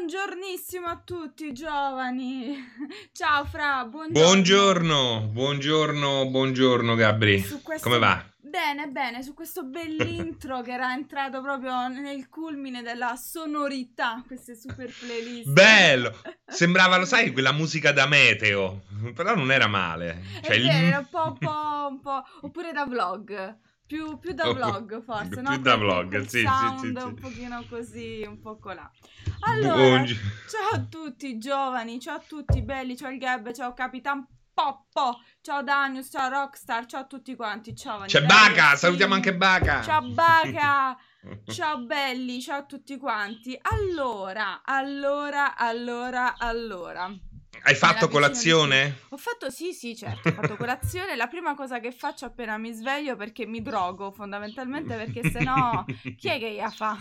Buongiornissimo a tutti giovani. Ciao Fra, buongiorno. Buongiorno Gabri, Su come questo va? bene, su questo bell'intro che era entrato proprio nel culmine della sonorità, queste super playlist. Bello! Sembrava, lo sai, quella musica da meteo, però non era male. È Cioè, vero, era un po', oppure da vlog. Più da vlog forse, no? più da Quel vlog, sì. sound un pochino così, un po' colà. Allora, Buongi- ciao a tutti giovani, ciao a tutti belli, ciao il Gab, ciao Capitan Poppo, ciao Danius, ciao Rockstar, ciao a tutti quanti, giovani, C'è belli, Baca, salutiamo estivi, anche Baca. ciao Baca, ciao belli, ciao a tutti quanti. Allora. Hai Me fatto l'avvicino di più. colazione? Ho fatto, sì, certo, ho fatto colazione. La prima cosa che faccio appena mi sveglio perché mi drogo, fondamentalmente perché sennò chi è che la fa?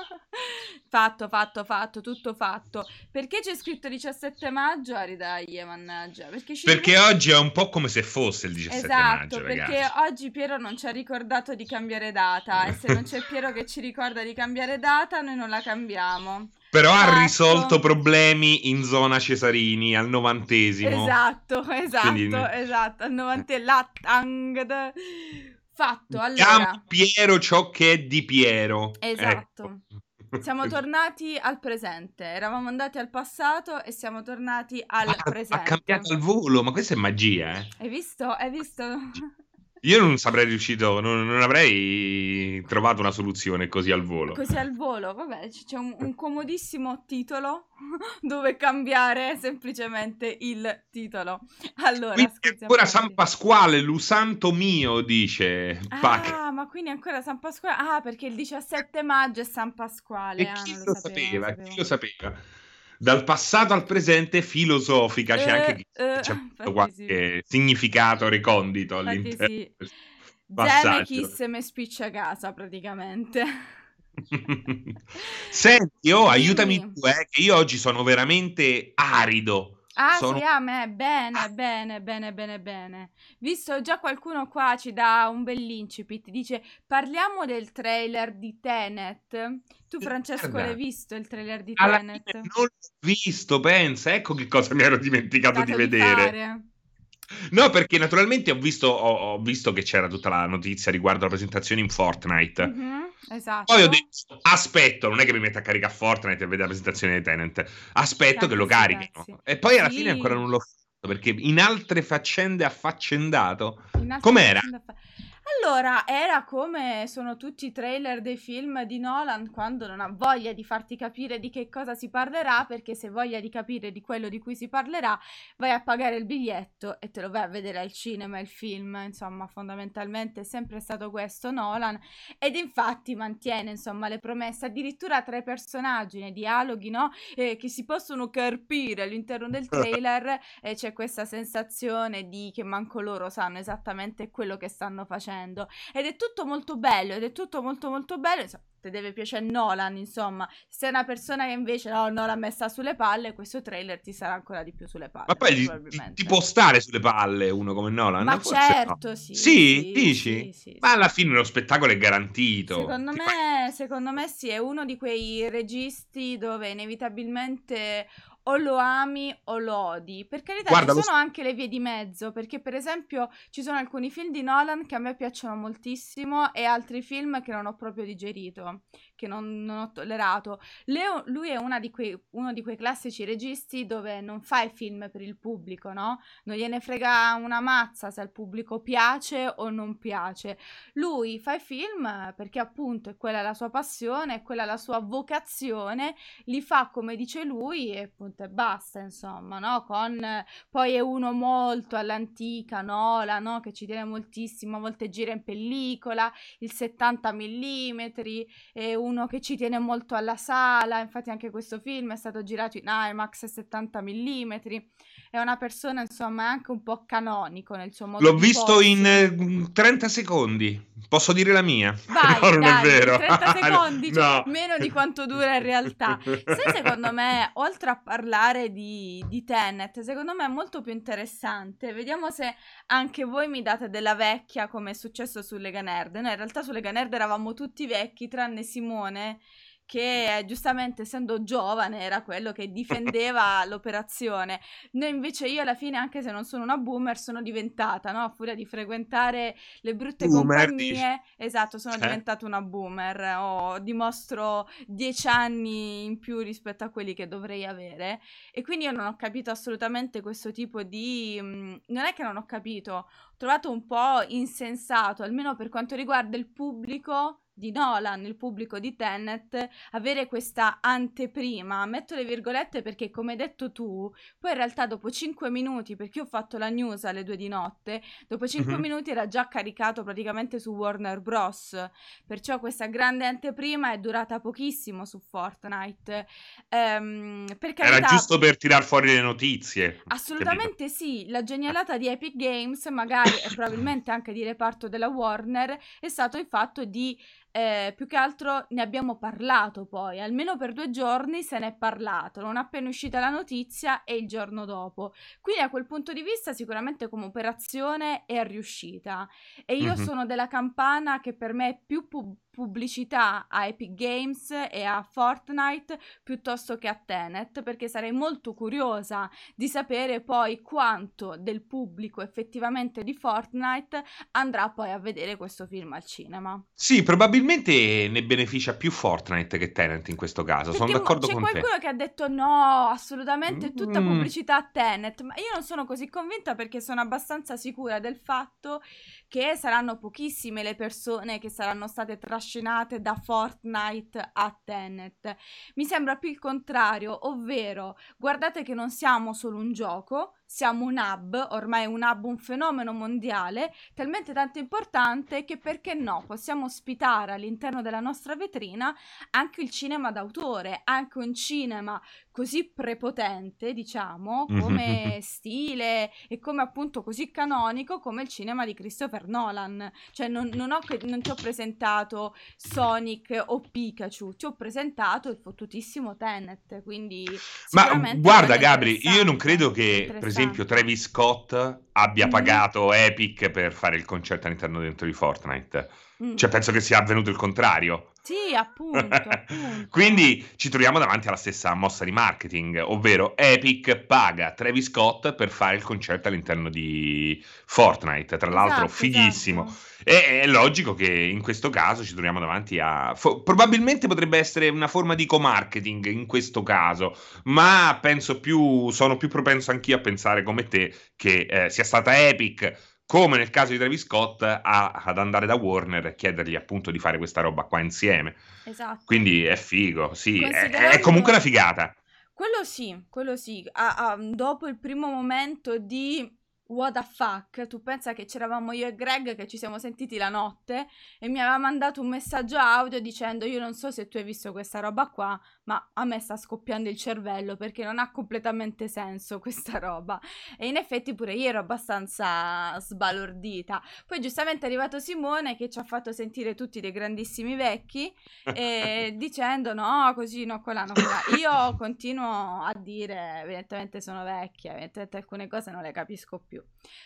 Fatto, tutto fatto. Perché c'è scritto 17 maggio? Aridaglie, mannaggia. Perché ci Perché dimentico. oggi è un po' come se fosse il 17 Esatto, maggio, perché ragazzi. oggi Piero non ci ha ricordato di cambiare data e se non c'è Piero che ci ricorda di cambiare data, noi non la cambiamo. Però ha risolto Fatto. problemi in zona Cesarini al 90°. Esatto, Quindi al 90 l'attang. Fatto, chiama allora, Piero ciò che è di Piero. Ecco. esatto. Siamo tornati al presente. Eravamo andati al passato e siamo tornati al Ha cambiato presente. al volo, ma questa è magia, eh? Hai visto? Hai visto? Io non saprei riuscito, non avrei trovato una soluzione così al volo. Così al volo, vabbè, c'è un comodissimo titolo dove cambiare semplicemente il titolo. Allora, Quindi è scherzi a ancora San parte. Pasquale, l'usanto mio, dice Pac. Ah, ma quindi ancora San Pasquale? Ah, perché il 17 maggio è San Pasquale. E Ah, chi non lo lo sapevo, non lo sapeva? Chi lo sapevo. sapeva? Dal passato al presente filosofica, c'è anche chi c'è Infatti sì, qualche significato recondito infatti all'interno sì. di questo Zeme passaggio. kiss me spiccia casa, praticamente. Senti, aiutami Dimmi. tu, che io oggi sono veramente arido. Ah Sono sì, a me, bene. Visto già qualcuno qua ci dà un bell'incipit, dice parliamo del trailer di Tenet. Tu Francesco l'hai Guarda, visto il trailer di alla fine Tenet? non l'ho visto, pensa, ecco che cosa mi ero dimenticato di Dato di vedere. fare. No, perché naturalmente ho visto che c'era tutta la notizia riguardo la presentazione in Fortnite. Mhm, Poi ho esatto. detto, aspetto, non è che mi metto a caricare Fortnite e vedo la presentazione di Tenant, aspetto che lo Tanti sti carichino. cazzi. E poi alla fine ancora Sì, non l'ho fatto, perché in altre faccende affaccendato, in altre com'era? faccende allora, era come sono tutti i trailer dei film di Nolan quando non ha voglia di farti capire di che cosa si parlerà, perché se hai voglia di capire di quello di cui si parlerà, vai a pagare il biglietto e te lo vai a vedere al cinema il film. Insomma, fondamentalmente è sempre stato questo Nolan ed infatti mantiene, insomma, le promesse addirittura tra i personaggi, nei dialoghi, no? Che si possono carpire all'interno del trailer e c'è questa sensazione di che manco loro sanno esattamente quello che stanno facendo ed è tutto molto bello ed è tutto molto bello, insomma, te deve piacere Nolan, insomma, se sei una persona che invece no, Nolan mi sta sulle palle, questo trailer ti sarà ancora di più sulle Ma palle, poi ti probabilmente. può stare sulle palle uno come Ma Nolan? Forse no. certo, sì, Sì, sì, dici? sì, sì, Ma alla sì. fine lo spettacolo è garantito. Secondo me sì, è uno di quei registi dove inevitabilmente o lo ami o lo odi. Per carità, ci Guarda, sono anche le vie di mezzo, perché per esempio ci sono alcuni film di Nolan che a me piacciono moltissimo e altri film che non ho proprio digerito, che non ho tollerato. Lui è uno di quei classici registi dove non fa i film per il pubblico, no? Non gliene frega una mazza se al pubblico piace o non piace. Lui fa i film perché appunto è quella la sua passione, è quella la sua vocazione, li fa come dice lui e appunto e basta, insomma, no? Poi è uno molto all'antica, Nola, no? Che ci tiene moltissimo, a volte gira in pellicola, il 70 mm, è uno che ci tiene molto alla sala, infatti anche questo film è stato girato in IMAX 70 mm, è una persona, insomma, anche un po' canonico nel suo modo l'ho di visto in porsi. 30 secondi. Posso dire la mia? No, Vai, non è dai, in vero. 30 secondi, cioè No. meno di quanto dura in realtà. Sai, secondo me, oltre a parlare di Tenet, secondo me è molto più interessante. Vediamo se anche voi mi date della vecchia, come è successo su Lega Nerd. Noi in realtà su Lega Nerd eravamo tutti vecchi, tranne Simone, che giustamente essendo giovane era quello che difendeva l'operazione. Noi invece, io alla fine, anche se non sono una boomer, sono diventata, no? A furia di frequentare le brutte Boomer, dici? compagnie, esatto, sono diventata una boomer, dimostro 10 anni in più rispetto a quelli che dovrei avere, e quindi io non ho capito assolutamente questo tipo di... non è che non ho capito, ho trovato un po' insensato, almeno per quanto riguarda il pubblico di Nolan, il pubblico di Tenet, avere questa anteprima, metto le virgolette perché come hai detto tu, poi in realtà dopo 5 minuti, perché io ho fatto la news alle 2 di notte, dopo 5 Mhm. minuti era già caricato praticamente su Warner Bros. Perciò questa grande anteprima è durata pochissimo su Fortnite. Per Era carità, giusto per tirar fuori le notizie, capito? assolutamente sì, la genialata di Epic Games, magari e probabilmente anche di reparto della Warner, è stato il fatto di, più che altro ne abbiamo parlato poi, almeno per 2 giorni se ne è parlato, non appena uscita la notizia e il giorno dopo. Quindi da quel punto di vista sicuramente come operazione è riuscita. E io Mhm. sono della campana che per me è più pubblicità a Epic Games e a Fortnite piuttosto che a Tenet, perché sarei molto curiosa di sapere poi quanto del pubblico effettivamente di Fortnite andrà poi a vedere questo film al cinema. Sì, probabilmente ne beneficia più Fortnite che Tenant in questo caso, sono Perché d'accordo c'è con te. qualcuno che ha detto no, assolutamente tutta Mm. pubblicità a Tenet, ma io non sono così convinta perché sono abbastanza sicura del fatto che saranno pochissime le persone che saranno state trascinate da Fortnite a Tenet. Mi sembra più il contrario, ovvero guardate che non siamo solo un gioco, siamo un hub, ormai un hub, un fenomeno mondiale, talmente tanto importante che perché no, possiamo ospitare all'interno della nostra vetrina anche il cinema d'autore, anche un cinema così prepotente, diciamo, come stile e come appunto così canonico come il cinema di Christopher Nolan. Cioè non ti ho presentato Sonic o Pikachu, ti ho presentato il fottutissimo Tenet, quindi Ma sicuramente guarda, quello è Gabri, io non interessante. credo che, per esempio, Interessante. Travis Scott abbia Mhm. pagato Epic per fare il concerto all'interno dentro di Fortnite. Mm. Cioè, penso che sia avvenuto il contrario. Sì, appunto, appunto. Quindi ci troviamo davanti alla stessa mossa di marketing, ovvero Epic paga Travis Scott per fare il concerto all'interno di Fortnite, tra l'altro Esatto, fighissimo. esatto. E è logico che in questo caso ci troviamo davanti a... probabilmente potrebbe essere una forma di co-marketing in questo caso, ma penso più, sono più propenso anch'io a pensare come te che sia stata Epic, come nel caso di Travis Scott, ad andare da Warner e chiedergli appunto di fare questa roba qua insieme. Esatto. Quindi è figo, sì, è comunque una Considerando figata. quello sì, dopo il primo momento di what the fuck, tu pensa che c'eravamo io e Greg che ci siamo sentiti la notte e mi aveva mandato un messaggio audio dicendo io non so se tu hai visto questa roba qua, ma a me sta scoppiando il cervello perché non ha completamente senso questa roba. E in effetti pure io ero abbastanza sbalordita. Poi giustamente è arrivato Simone che ci ha fatto sentire tutti dei grandissimi vecchi e dicendo no, così, no, quella, no, quella. Io continuo a dire, evidentemente sono vecchia, evidentemente alcune cose non le capisco più.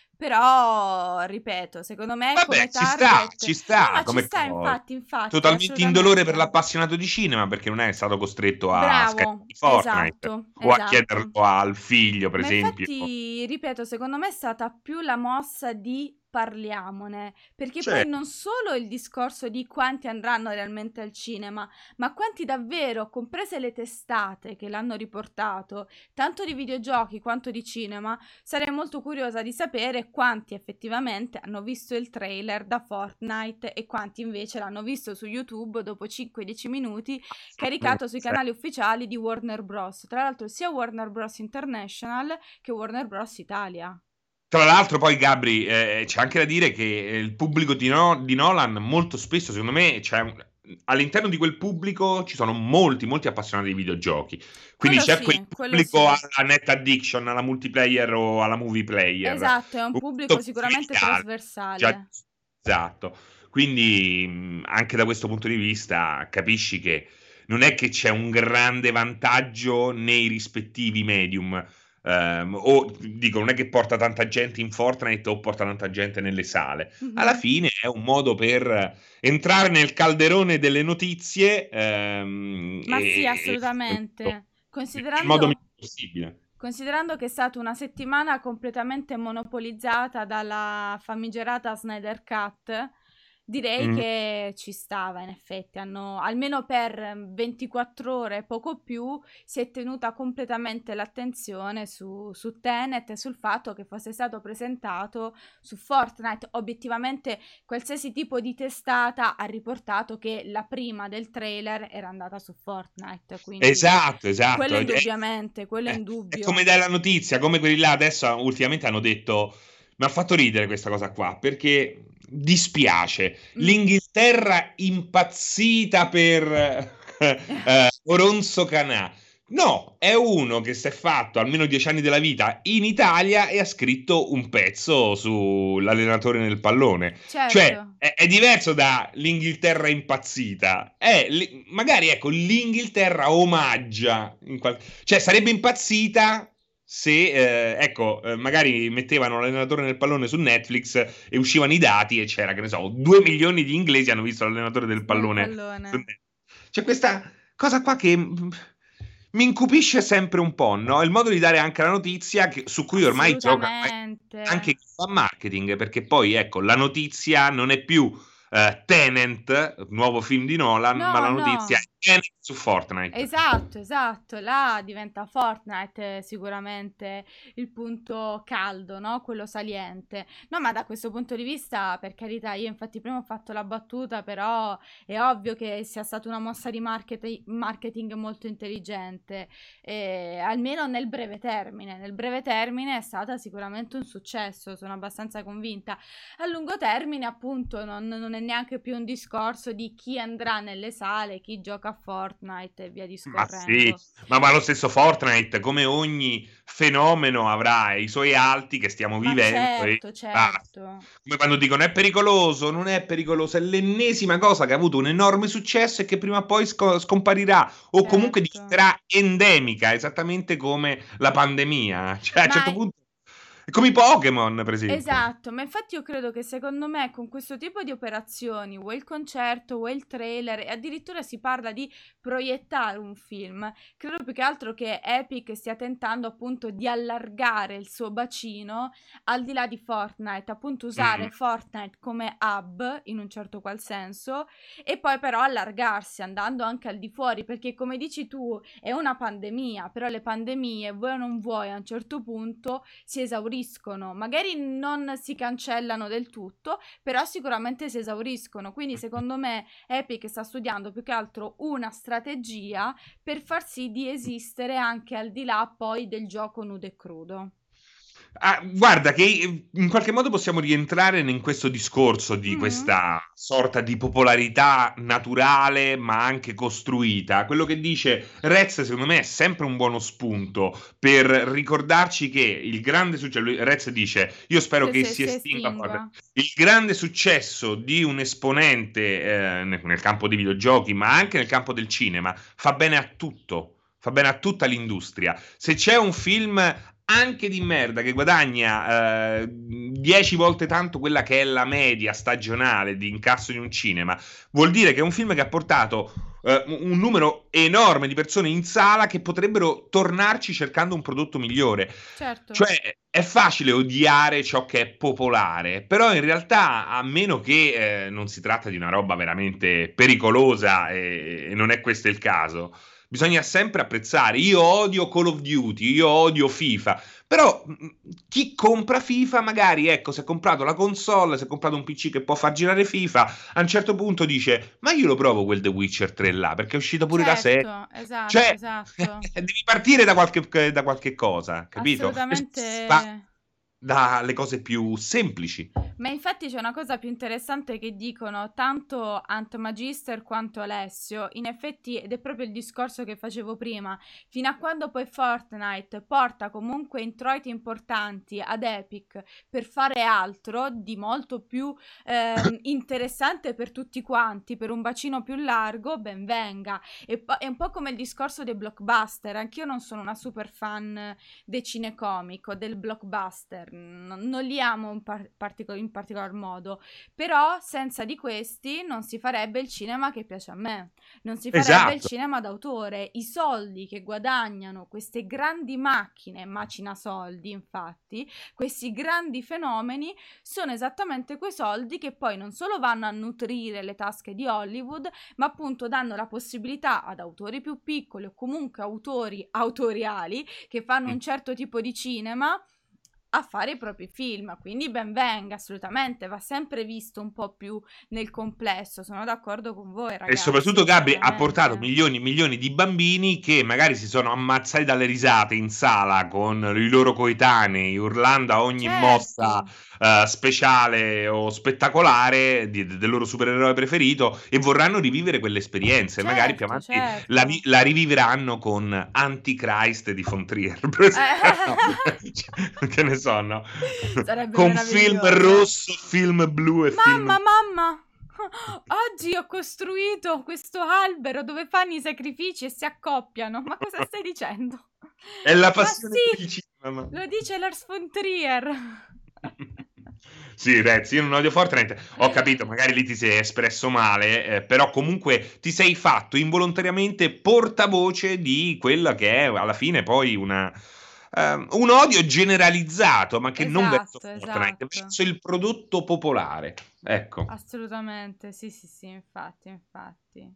Però, ripeto, secondo me Vabbè, come target... ci No, sta ma ci come sta, cosa. infatti, Totalmente indolore per assolutamente. l'appassionato di cinema perché non è stato costretto a scaricare Bravo, Fortnite esatto, o a chiederlo esatto. al figlio, per Ma esempio. infatti, ripeto, secondo me è stata più la mossa di parliamone, perché poi Cioè, non solo il discorso di quanti andranno realmente al cinema, ma quanti davvero, comprese le testate che l'hanno riportato, tanto di videogiochi quanto di cinema, sarei molto curiosa di sapere quanti effettivamente hanno visto il trailer da Fortnite e quanti invece l'hanno visto su YouTube dopo 5-10 minuti caricato sui canali ufficiali di Warner Bros. Tra l'altro sia Warner Bros. International che Warner Bros. Italia. tra l'altro, poi Gabri, c'è anche da dire che il pubblico di Nolan molto spesso, secondo me, all'interno di quel pubblico ci sono molti, molti appassionati di videogiochi. Quindi Quello c'è quel sì, quello pubblico sì. alla net addiction, alla multiplayer o alla movie player. Esatto, è un Un pubblico punto sicuramente familiare, già- trasversale. esatto. Quindi anche da questo punto di vista capisci che non è che c'è un grande vantaggio nei rispettivi medium. o dico, non è che porta tanta gente in Fortnite o porta tanta gente nelle sale. Alla Mhm. fine è un modo per entrare nel calderone delle notizie Ma sì, e assolutamente. nel modo migliore possibile. Considerando che è stata una settimana completamente monopolizzata dalla famigerata Snyder Cut, direi Mm. che ci stava in effetti. Hanno, almeno per 24 ore, poco più, si è tenuta completamente l'attenzione su Tenet e sul fatto che fosse stato presentato su Fortnite. Obiettivamente, qualsiasi tipo di testata ha riportato che la prima del trailer era andata su Fortnite, quindi Esatto, quello esatto. indubbiamente, quello è È come indubbio. dai la notizia, come quelli là adesso ultimamente hanno detto, mi ha fatto ridere questa cosa qua, perché dispiace. Mm. L'Inghilterra impazzita per Oronzo Canà. No, è uno che si è fatto almeno 10 anni della vita in Italia e ha scritto un pezzo sull'allenatore nel pallone. Certo. Cioè, è diverso da l'Inghilterra impazzita. Magari, ecco, l'Inghilterra omaggia, cioè sarebbe impazzita se, ecco, magari mettevano l'allenatore nel pallone su Netflix e uscivano i dati e c'era, che ne so, 2 milioni di inglesi hanno visto l'allenatore del Nel pallone su pallone. Netflix. C'è questa cosa qua che mi incupisce sempre un po', no? Il modo di dare anche la notizia su cui ormai gioca Assolutamente. anche chi fa marketing, perché poi ecco, la notizia non è più Tenet, nuovo film di Nolan, ma No, la notizia è no. Tenet su Fortnite. Esatto, esatto, là diventa Fortnite sicuramente il punto caldo, no? Quello saliente. No, ma da questo punto di vista, per carità, io infatti prima ho fatto la battuta, però è ovvio che sia stata una mossa di marketing molto intelligente, almeno nel breve termine. Nel breve termine è stata sicuramente un successo, sono abbastanza convinta. A lungo termine, appunto, non è neanche più un discorso di chi andrà nelle sale, chi gioca a Fortnite e via Ma sì, discorrendo. ma lo stesso Fortnite, come ogni fenomeno, avrà i suoi alti che stiamo Ma vivendo e certo, basta. certo, Come quando dicono è pericoloso, non è pericoloso, è l'ennesima cosa che ha avuto un enorme successo e che prima o poi scomparirà o comunque certo. diventerà endemica, esattamente come la pandemia. Cioè, a un certo Ma punto, è come i Pokémon, per esempio. esatto, ma infatti io credo che secondo me con questo tipo di operazioni, vuoi il concerto, vuoi il trailer, e addirittura si parla di proiettare un film, credo più che altro che Epic stia tentando appunto di allargare il suo bacino al di là di Fortnite, appunto Mm. usare Fortnite come hub in un certo qual senso e poi però allargarsi andando anche al di fuori, perché come dici tu è una pandemia, però le pandemie, vuoi o non vuoi, a un certo punto si esauriscono, magari non si cancellano del tutto, però sicuramente si esauriscono. Quindi secondo me Epic sta studiando più che altro una strategia per far sì di esistere anche al di là poi del gioco nudo e crudo. Ah, guarda, che in qualche modo possiamo rientrare in questo discorso di Mhm. questa sorta di popolarità naturale, ma anche costruita. Quello che dice Rez, secondo me, è sempre un buono spunto per ricordarci che il grande successo. Rez dice: io spero che si Si estinga estingua. il grande successo di un esponente nel campo dei videogiochi, ma anche nel campo del cinema, fa bene a tutto. Fa bene a tutta l'industria. Se c'è un film anche di merda che guadagna 10 volte tanto quella che è la media stagionale di incasso di un cinema, vuol dire che è un film che ha portato un numero enorme di persone in sala che potrebbero tornarci cercando un prodotto migliore. Certo. Cioè, è facile odiare ciò che è popolare, però in realtà, a meno che non si tratta di una roba veramente pericolosa, e non è questo il caso, bisogna sempre apprezzare. Io odio Call of Duty, io odio FIFA, però chi compra FIFA magari, ecco, si è comprato la console, si è comprato un PC che può far girare FIFA, a un certo punto dice, ma io lo provo quel The Witcher 3 là, perché è uscito pure la serie. Certo, esatto, Cioè, esatto. devi partire da qualche cosa, capito? Assolutamente. dalle cose più semplici. Ma infatti c'è una cosa più interessante che dicono tanto Ant Magister quanto Alessio, in effetti, ed è proprio il discorso che facevo prima, fino a quando poi Fortnite porta comunque introiti importanti ad Epic per fare altro di molto più interessante per tutti quanti, per un bacino più largo, ben venga. È un po' come il discorso dei blockbuster, anch'io non sono una super fan dei cinecomic o del blockbuster, non li amo in particolar modo, però senza di questi non si farebbe il cinema che piace a me, non si farebbe il Esatto. cinema d'autore. I soldi che guadagnano queste grandi macchine, macina soldi infatti, questi grandi fenomeni sono esattamente quei soldi che poi non solo vanno a nutrire le tasche di Hollywood, ma appunto danno la possibilità ad autori più piccoli o comunque autori autoriali che fanno un certo tipo di cinema a fare i propri film, quindi ben venga, assolutamente, va sempre visto un po' più nel complesso, sono d'accordo con voi E ragazzi, soprattutto Gabri ha portato veramente. milioni e milioni di bambini che magari si sono ammazzati dalle risate in sala con i loro coetanei, urlando a ogni mossa Certo, speciale o spettacolare del loro supereroe preferito, e vorranno rivivere quell'esperienza, e magari più certo, avanti certo. la riviveranno con Antichrist di von Trier, no, che ne so, no? Sarebbe Con film meraviglioso. rosso, film blu e film... Mamma, oggi ho costruito questo albero dove fanno i sacrifici e si accoppiano. Ma cosa stai dicendo? È la Ma passione per il sì, cinema. lo dice Lars von Trier. Sì, Rez, io non odio Fortnite. Ho capito, magari lì ti sei espresso male, però comunque ti sei fatto involontariamente portavoce di quella che è alla fine poi un odio generalizzato, ma che non verso Esatto, Fortnite, esatto. verso il prodotto popolare. Ecco. Assolutamente, sì, sì, sì, infatti, infatti.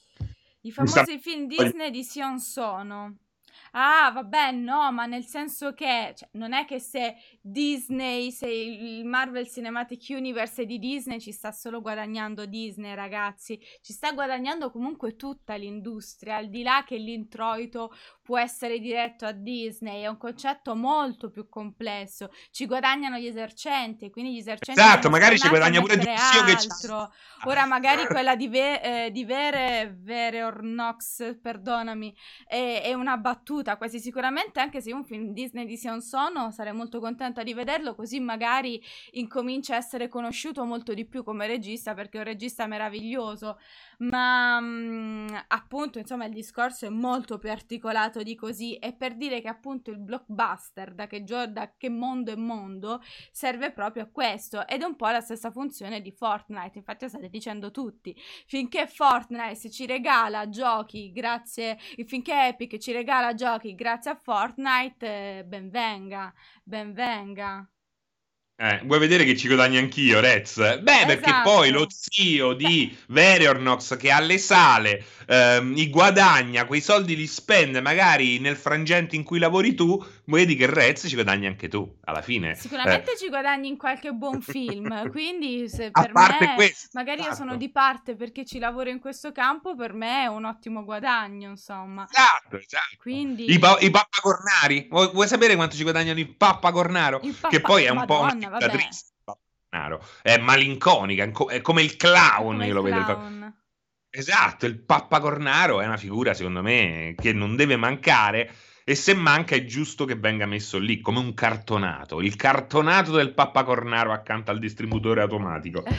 I Giustamente. famosi film Disney di Sion Sono. Ah, vabbè, no, ma nel senso che cioè, non è che se Disney, se il Marvel Cinematic Universe è di Disney, ci sta solo guadagnando Disney, ragazzi. Ci sta guadagnando comunque tutta l'industria, al di là che l'introito può essere diretto a Disney, è un concetto molto più complesso. Ci guadagnano gli esercenti, e quindi gli esercenti Esatto, sono magari ci scannati a guadagna pure mettere Dizio che ci... altro. Ora magari quella di Vere or Nox, perdonami, è una battuta quasi sicuramente, anche se un film Disney di Sion Sono sarei molto contenta di vederlo, così magari incomincia a essere conosciuto molto di più come regista, perché è un regista meraviglioso, ma appunto insomma il discorso è molto più articolato di così, e per dire che appunto il blockbuster da che mondo è mondo serve proprio a questo, ed è un po' la stessa funzione di Fortnite. Infatti lo state dicendo tutti, finché Fortnite ci regala giochi grazie, finché Epic ci regala giochi grazie a Fortnite, ben venga, ben venga. Vuoi vedere che ci guadagno anch'io, Rez? Beh, perché poi lo Esatto. zio Beh, di Veriornox che alle sale li guadagna, quei soldi li spende magari nel frangente in cui lavori tu, vedi che Rez ci guadagni anche tu, alla fine. sicuramente ci guadagni in qualche buon film, quindi se A per parte me, questo, magari io sono esatto. di parte perché ci lavoro in questo campo, per me è un ottimo guadagno, insomma. Esatto, esatto. Quindi I pappacornari. Vuoi sapere quanto ci guadagnano i pappacornaro? il Che papà, poi è un po' una Madonna, figura vabbè, triste. Il pappacornaro. È malinconica, è come il è clown, come io il lo vedo. clown. Esatto, il pappacornaro è una figura, secondo me, che non deve mancare, e se manca è giusto che venga messo lì come un cartonato, il cartonato del pappacornaro accanto al distributore automatico.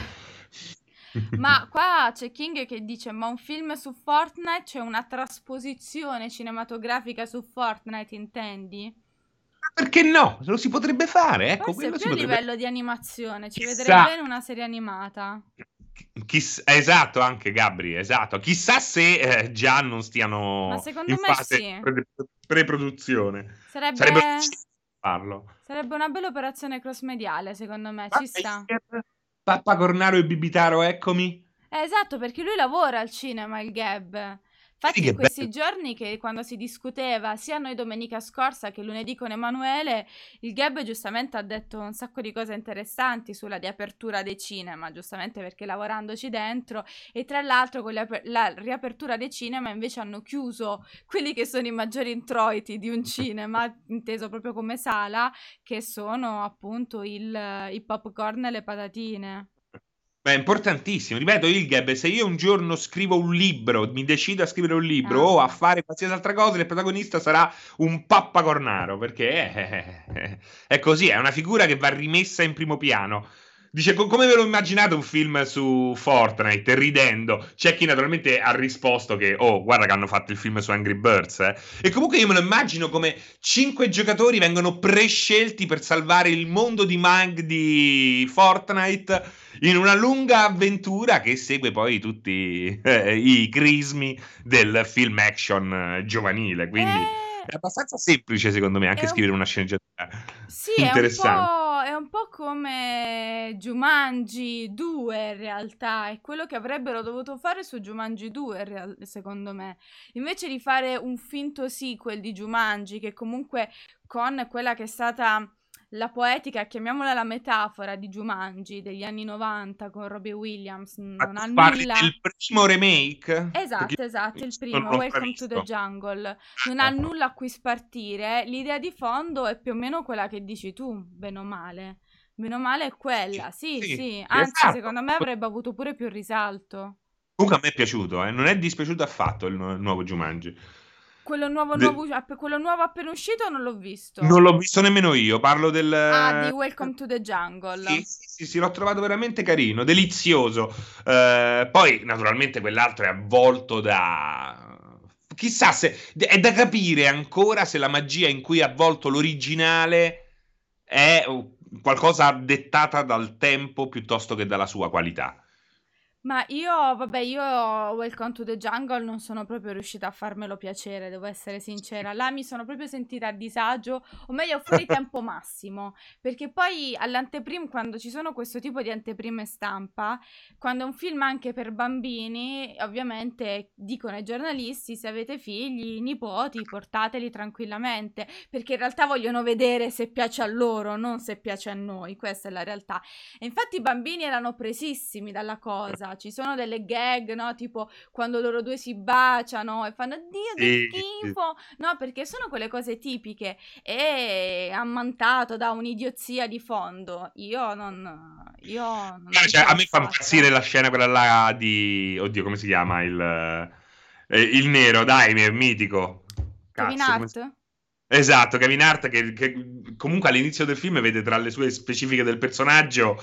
Ma qua c'è King che dice: ma un film su Fortnite, c'è una trasposizione cinematografica su Fortnite, intendi? Perché no? Lo si potrebbe fare, ecco, Forse quello più si a potrebbe livello di animazione, ci vedrei chissà. bene una serie animata. Esatto, anche Gabri, esatto. Chissà se già non Ma stiano secondo in me fase sì. di pre-produzione. Sarebbe Sarebbe, farlo. sarebbe una bella operazione cross-mediale, secondo me, ci Guarda sta. Iker, Pappacornaro e Bibitaro, eccomi. Esatto, perché lui lavora al cinema, il Gab. Infatti Vedi in che questi bello. giorni che quando si discuteva sia noi domenica scorsa che lunedì con Emanuele, il Gab giustamente ha detto un sacco di cose interessanti sulla riapertura dei cinema, giustamente perché lavorandoci dentro, e tra l'altro con la riapertura dei cinema invece hanno chiuso quelli che sono i maggiori introiti di un cinema, inteso proprio come sala, che sono appunto i popcorn e le patatine. Beh, è importantissimo. Ripeto, Ilgab, se io un giorno scrivo un libro, mi decido a scrivere un libro o a Ah. fare qualsiasi altra cosa, il protagonista sarà un pappacornaro, perché è così, è una figura che va rimessa in primo piano. Dice, come ve lo immaginate un film su Fortnite, ridendo? C'è chi naturalmente ha risposto che, oh, guarda che hanno fatto il film su Angry Birds, eh. E comunque io me lo immagino come 5 giocatori vengono prescelti per salvare il mondo di Mag di Fortnite in una lunga avventura che segue poi tutti i crismi del film action giovanile. Quindi Eh, è abbastanza semplice, secondo me, anche è un scrivere una sceneggiatura Sì, interessante. è un po' come Jumanji 2 in realtà, è quello che avrebbero dovuto fare su Jumanji 2 secondo me. Invece di fare un finto sequel di Jumanji che comunque con quella che è stata la poetica, chiamiamola la metafora di Jumanji degli anni 90 con Robbie Williams, Ma non tu ha parli nulla. del primo remake? Perché Esatto, esatto, il non primo, l'ho ancora Welcome to the visto. Jungle. Non ha nulla a cui spartire. L'idea di fondo è più o meno quella che dici tu, bene o male. Bene o male è Sì, quella, sì, sì, sì. Anzi, esatto. secondo me avrebbe avuto pure più risalto. Comunque a me è piaciuto, non è dispiaciuto affatto il nuovo Jumanji. Quello nuovo, De- quello nuovo appena uscito non l'ho Non visto. l'ho visto nemmeno io, parlo Ah, di del... Welcome to the Sì, Jungle. sì, sì, sì, l'ho trovato veramente carino, delizioso. Poi, naturalmente, quell'altro è avvolto da... Chissà se... È da capire ancora se la magia in cui è avvolto l'originale è qualcosa dettata dal tempo piuttosto che dalla sua qualità. Ma io, vabbè, io Welcome to the Jungle non sono proprio riuscita a farmelo piacere, devo essere sincera. Là mi sono proprio sentita a disagio, o meglio, fuori tempo massimo. Perché poi all'anteprima, quando ci sono questo tipo di anteprime stampa, quando è un film anche per bambini, ovviamente dicono ai giornalisti: se avete figli, nipoti, portateli tranquillamente. Perché in realtà vogliono vedere se piace a loro, non se piace a noi. Questa è la realtà. E infatti i bambini erano presissimi dalla cosa. Ci sono delle gag, no? Tipo quando loro due si baciano e fanno Dio che Sì, sì. schifo. No, perché sono quelle cose tipiche e ammantato da un'idiozia di fondo. Io non Cioè, ce a l'ho me fa impazzire fatta. la scena quella là di... Oddio, come si chiama? Il nero, dai, è mitico. Kevin Cazzo, come si... Hart? Esatto, Kevin Hart che comunque all'inizio del film vede tra le sue specifiche del personaggio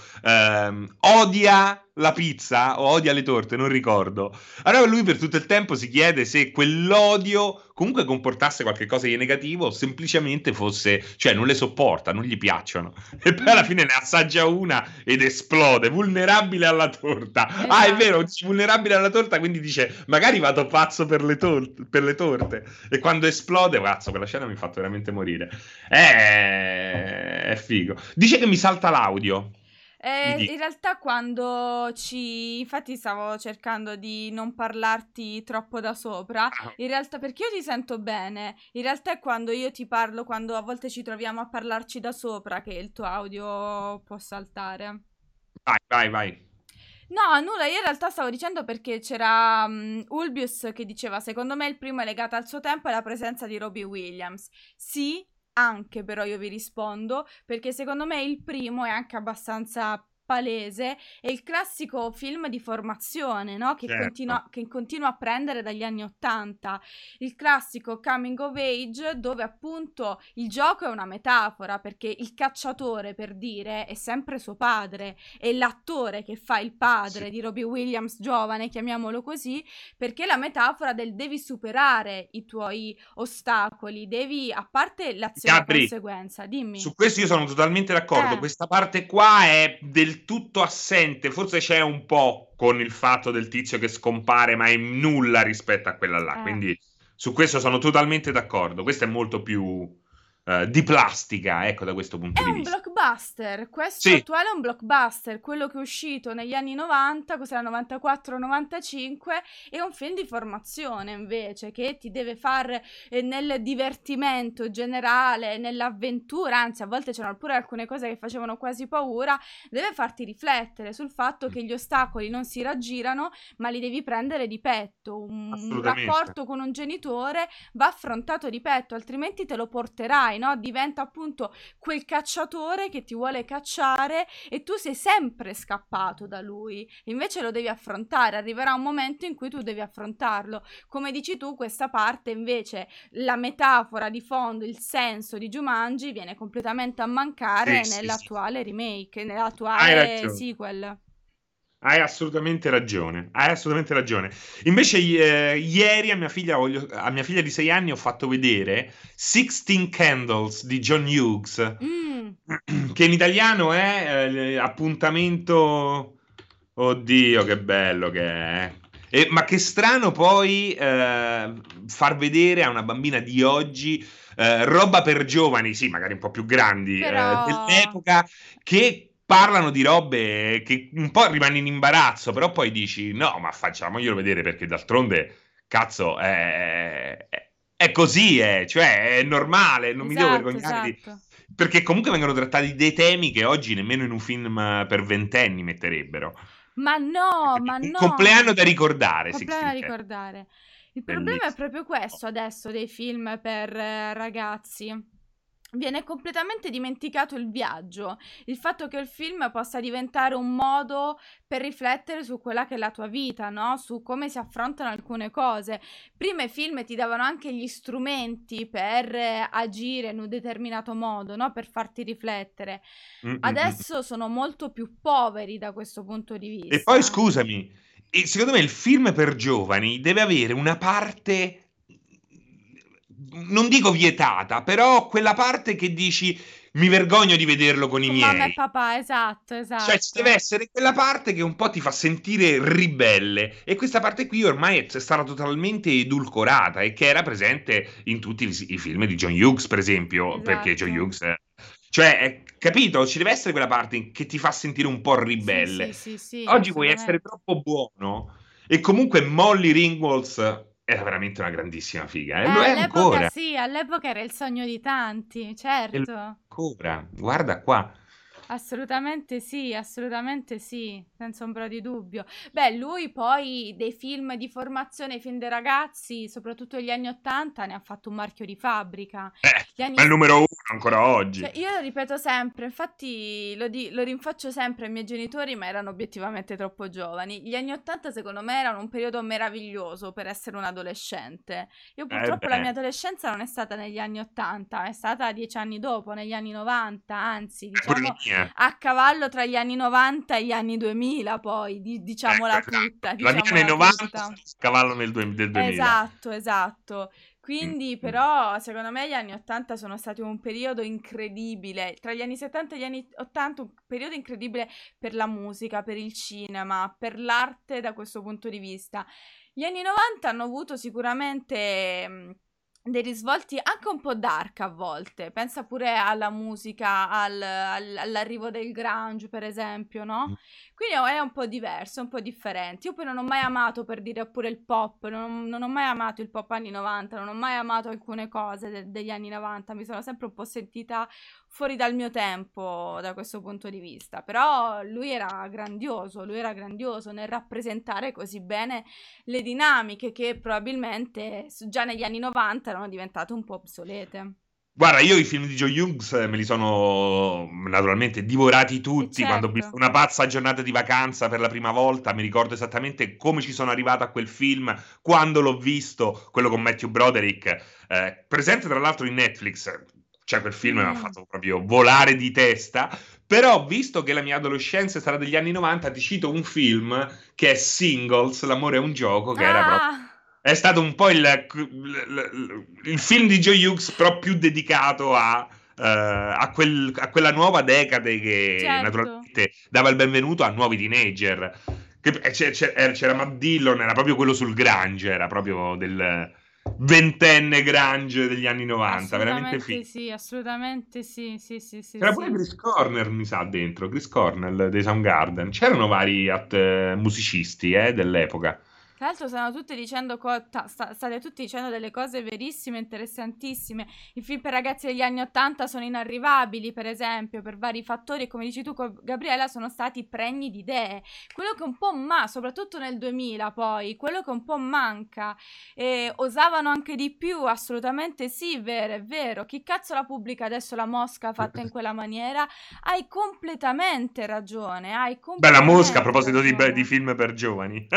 odia la pizza o odia le torte, non ricordo. Allora lui per tutto il tempo si chiede se quell'odio comunque comportasse qualche cosa di negativo o semplicemente fosse, cioè non le sopporta, non gli piacciono. E poi alla Mm, fine ne assaggia una ed esplode, vulnerabile alla torta. Ah, è vero, esatto. vulnerabile alla torta, quindi dice magari vado pazzo per le torte. E quando esplode, cazzo, quella scena mi ha fatto veramente morire. È figo. Dice che mi salta l'audio. Mi In dica. realtà quando ci... Infatti stavo cercando di non parlarti troppo da sopra, in realtà perché io ti sento bene, in realtà è quando io ti parlo, quando a volte ci troviamo a parlarci da sopra che il tuo audio può saltare. Vai, vai, vai. No, nulla, io in realtà stavo dicendo perché c'era Ulbius che diceva, secondo me il primo è legato al suo tempo e alla presenza di Robbie Williams. Sì, anche però io vi rispondo, perché secondo me il primo è anche abbastanza palese, è il classico film di formazione, no? Certo. Che continua a prendere dagli anni Ottanta. Il classico coming of age dove appunto il gioco è una metafora, perché il cacciatore, per dire, è sempre suo padre e l'attore che fa il Sì. padre di Robbie Williams giovane, chiamiamolo così, perché è la metafora del devi superare i tuoi ostacoli, devi, a parte l'azione Gabri, conseguenza, dimmi. su questo io sono totalmente d'accordo. Eh, Questa parte qua è del tutto assente. Forse c'è un po' con il fatto del tizio che scompare, ma è nulla rispetto a quella là. eh. Quindi su questo sono totalmente d'accordo. Questo è molto più di plastica, ecco, da questo È punto di un vista. blockbuster, questo Sì, attuale è un blockbuster, quello che è uscito negli anni 90, cos'era 94-95, è un film di formazione invece, che ti deve far nel divertimento generale, nell'avventura, anzi a volte c'erano pure alcune cose che facevano quasi paura, deve farti riflettere sul fatto che gli ostacoli non si raggirano, ma li devi prendere di petto, un assolutamente. rapporto con un genitore va affrontato di petto, altrimenti te lo porterai, no? Diventa appunto quel cacciatore che ti vuole cacciare e tu sei sempre scappato da lui. Invece lo devi affrontare, arriverà un momento in cui tu devi affrontarlo. Come dici tu, questa parte invece, la metafora di fondo, il senso di Jumanji viene completamente a Sì, mancare sì, sì. nell'attuale remake, Hai nell'attuale ragione. sequel. Hai assolutamente ragione, hai assolutamente ragione. Invece, ieri a mia figlia di 6 anni ho fatto vedere Sixteen Candles di John Hughes, Mm, che in italiano è appuntamento. Oddio, che bello che è. Ma che strano poi far vedere a una bambina di oggi roba per giovani, sì, magari un po' più grandi, però... dell'epoca, che parlano di robe che un po' rimani in imbarazzo, però poi dici no, ma facciamoglielo vedere perché d'altronde, cazzo, è così, cioè è normale, non mi devo Esatto, vergognare di. esatto. Perché comunque vengono trattati dei temi che oggi nemmeno in un film per ventenni metterebbero. Ma no, ma Un no. compleanno da ricordare, Compleanno da Sixteen Candles. ricordare. Il problema è Bellissimo. proprio questo adesso dei film per ragazzi. Viene completamente dimenticato il viaggio, il fatto che il film possa diventare un modo per riflettere su quella che è la tua vita, no? Su come si affrontano alcune cose. Prima i film ti davano anche gli strumenti per agire in un determinato modo, no? Per farti riflettere. Mm, mm, mm. Adesso sono molto più poveri da questo punto di E poi vista. scusami, secondo me il film per giovani deve avere una parte, non dico vietata, però quella parte che dici mi vergogno di vederlo con i Con mamma e miei. papà, esatto, Cioè, ci deve esatto. essere quella parte che un po' ti fa sentire ribelle, e questa parte qui ormai è stata totalmente edulcorata e che era presente in tutti i film di John Hughes, per esempio, perché John Esatto. Hughes, cioè, capito? Ci deve essere quella parte che ti fa sentire un po' Sì, ribelle. sì, sì, sì, Oggi puoi essere assolutamente. troppo buono, e comunque Molly Ringwald era veramente una grandissima figa, e lo è All'epoca ancora, sì, all'epoca era il sogno di tanti, e lo è certo. ancora. Guarda qua. Assolutamente sì, senza ombra di dubbio. Beh, lui poi dei film di formazione, film dei ragazzi, soprattutto negli anni '80, ne ha fatto un marchio di fabbrica. Gli Ma è il anni numero uno ancora Cioè, oggi. io lo ripeto sempre, infatti lo rinfaccio sempre ai miei genitori, ma erano obiettivamente troppo giovani. Gli anni '80 secondo me erano un periodo meraviglioso per essere un adolescente. Io purtroppo la mia Beh. adolescenza non è stata negli anni '80, è stata 10 anni dopo, negli anni '90, anzi, Pure la diciamo mia. a cavallo tra gli anni '90 e gli anni 2000, poi, diciamola Esatto. tutta, La mia nei diciamola 90, tutta. scavallo del 2000. Esatto, esatto. Mm, Quindi mm. però secondo me gli anni '80 sono stati un periodo incredibile, tra gli anni '70 e gli anni '80 un periodo incredibile per la musica, per il cinema, per l'arte da questo punto di vista. Gli anni '90 hanno avuto sicuramente dei risvolti anche un po' dark a volte, pensa pure alla musica, all'arrivo del grunge per esempio, no? Quindi è un po' diverso, è un po' differente. Io poi non ho mai amato, per dire pure il pop, non ho mai amato il pop anni 90, non ho mai amato alcune cose degli anni 90, mi sono sempre un po' sentita fuori dal mio tempo da questo punto di vista. Però lui era grandioso nel rappresentare così bene le dinamiche che probabilmente già negli anni 90 erano diventate un po' obsolete. Guarda, io i film di Joe Hughes me li sono naturalmente divorati E tutti. Quando ho certo. visto Una pazza giornata di vacanza per la prima volta, mi ricordo esattamente come ci sono arrivato a quel film, quando l'ho visto, quello con Matthew Broderick, presente tra l'altro in Netflix. Cioè, quel film mi ha Mm. fatto proprio volare di testa. Però, visto che la mia adolescenza sarà degli anni 90, ti cito un film che è Singles, L'amore è un gioco, che era proprio. Ah, È stato un po' il film di Joe Hughes, però più dedicato a quella nuova decade che certo. naturalmente dava il benvenuto a nuovi teenager. C'era Matt Dillon, era proprio quello sul grunge, era proprio ventenne grunge degli anni 90, veramente Assolutamente figo. sì, assolutamente sì, sì, sì, sì, C'era pure sì. Chris Cornell, mi sa, dentro, Chris Cornell dei Soundgarden. C'erano vari musicisti dell'epoca. Tra l'altro stanno tutti dicendo state tutti dicendo delle cose verissime, interessantissime. I film per ragazzi degli anni '80 sono inarrivabili, per esempio, per vari fattori e come dici tu, Gabriela, sono stati pregni di idee. Quello che un po' soprattutto nel 2000 poi, quello che un po' manca, osavano anche di più, assolutamente sì, vero, è vero. Chi cazzo la pubblica adesso la Mosca fatta in quella maniera? Hai completamente ragione, hai Bella Mosca, a completamente proposito di ragione. film per giovani.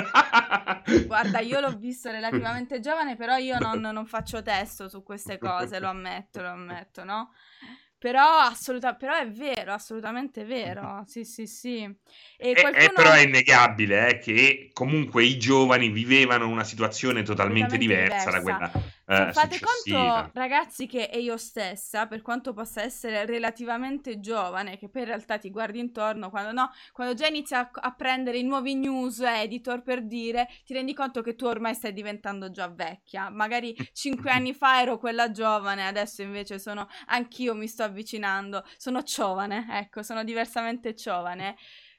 Guarda, io l'ho visto relativamente giovane, però io non faccio testo su queste cose, lo ammetto, no? Però, però è vero, assolutamente vero. Sì, sì, sì. E Però è qualcuno innegabile che comunque i giovani vivevano una situazione totalmente completamente diversa da diversa. quella Fate conto, successiva. ragazzi, che io stessa, per quanto possa essere relativamente giovane, che poi in realtà ti guardi intorno, quando no, quando già inizi a prendere i nuovi news editor per dire, ti rendi conto che tu ormai stai diventando già vecchia. Magari 5 anni fa ero quella giovane, adesso invece anch'io mi sto avvicinando, sono giovane, ecco, sono diversamente giovane.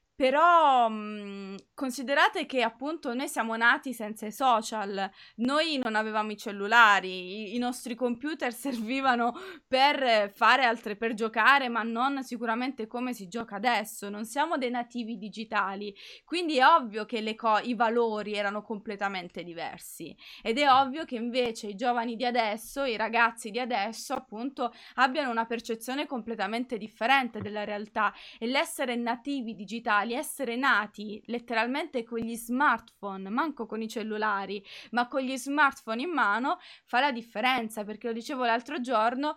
Però considerate che appunto noi siamo nati senza i social, noi non avevamo i cellulari, i nostri computer servivano per fare per giocare, ma non sicuramente come si gioca adesso, non siamo dei nativi digitali, quindi è ovvio che i valori erano completamente diversi ed è ovvio che invece i giovani di adesso, i ragazzi di adesso appunto abbiano una percezione completamente differente della realtà e l'essere nativi digitali, essere nati letteralmente con gli smartphone, manco con i cellulari, ma con gli smartphone in mano fa la differenza, perché lo dicevo l'altro giorno,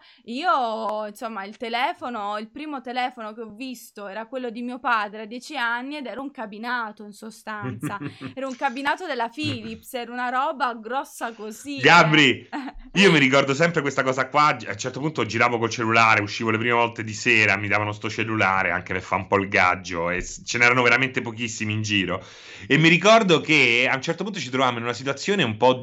io insomma il primo telefono che ho visto era quello di mio padre a 10 anni ed era un cabinato in sostanza, era un cabinato della Philips, era una roba grossa così, cioè... Gabri, io mi ricordo sempre questa cosa qua. A un certo punto giravo col cellulare, uscivo le prime volte di sera, mi davano sto cellulare anche per fare un po' il gaggio e ce n'erano veramente pochissimi in giro. E mi ricordo che a un certo punto ci trovavamo in una situazione un po'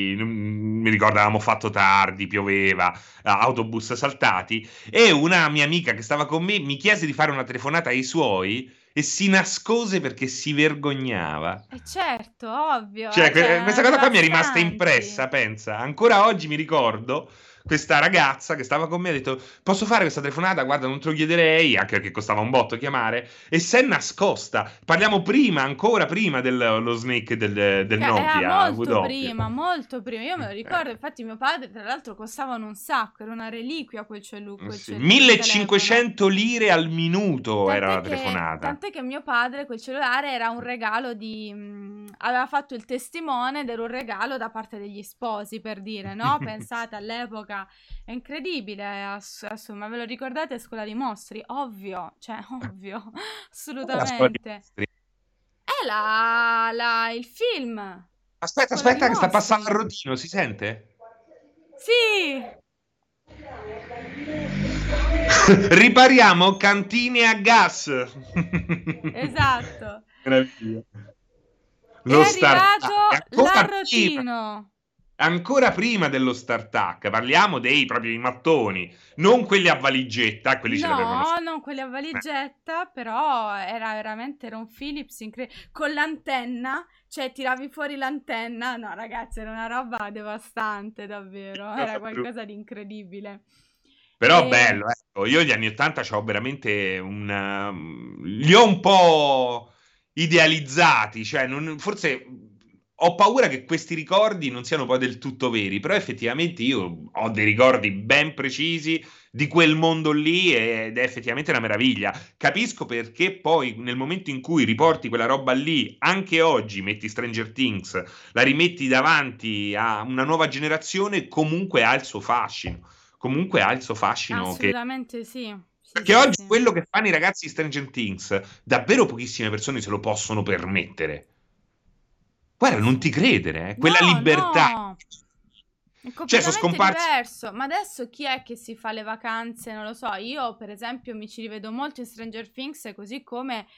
mi ricordo, avevamo fatto tardi, pioveva, autobus saltati e una mia amica che stava con me mi chiese di fare una telefonata ai suoi e si nascose perché si vergognava. E certo, ovvio, Cioè, cioè questa erano cosa qua mi è rimasta devastanti. impressa, pensa. Ancora oggi mi ricordo questa ragazza che stava con me e ha detto: Posso fare questa telefonata? Guarda, non te lo chiederei, anche perché costava un botto chiamare. E si è nascosta. Parliamo prima, ancora prima dello Snake del Era Nokia W. molto prima, io me lo ricordo, infatti mio padre tra l'altro costavano un sacco, era una reliquia Sì. quel telefono. 1500 lire al minuto era la telefonata. Tant'è che mio padre quel cellulare era un regalo aveva fatto il testimone ed era un regalo da parte degli sposi, per dire, no? Pensate all'epoca, è incredibile, ma ve lo ricordate Scuola di Mostri? Ovvio, cioè ovvio, La scuola di assolutamente. mostri. È il film, Aspetta, Scuola di aspetta, che sta passando Mostri. il rodino, si sente? Sì, Ripariamo cantine a gas. esatto. Meraviglia. È Lo arrivato startup, l'arrotino. ancora prima dello startup, parliamo dei propri mattoni, non quelli a valigetta, quelli ce l'avevano No, su. non quelli a valigetta, però era un Philips con l'antenna, cioè tiravi fuori l'antenna. No, ragazzi, era una roba devastante, davvero, era qualcosa di incredibile. Però E bello, ecco, io gli anni 80 c'ho veramente li ho un po' idealizzati, cioè forse ho paura che questi ricordi non siano poi del tutto veri, però effettivamente io ho dei ricordi ben precisi di quel mondo lì ed è effettivamente una meraviglia. Capisco perché poi nel momento in cui riporti quella roba lì, anche oggi metti Stranger Things, la rimetti davanti a una nuova generazione, comunque ha il suo fascino. Comunque ha il suo fascino assolutamente sì, sì, perché sì, oggi sì. quello che fanno i ragazzi di Stranger Things, davvero pochissime persone se lo possono permettere. Guarda, Sì, non sì. ti credere, quella No, libertà. no. È Cioè, sono completamente scomparsi. diverso, ma adesso chi è che si fa le vacanze? Non lo so, io per esempio mi ci rivedo molto in Stranger Things, così come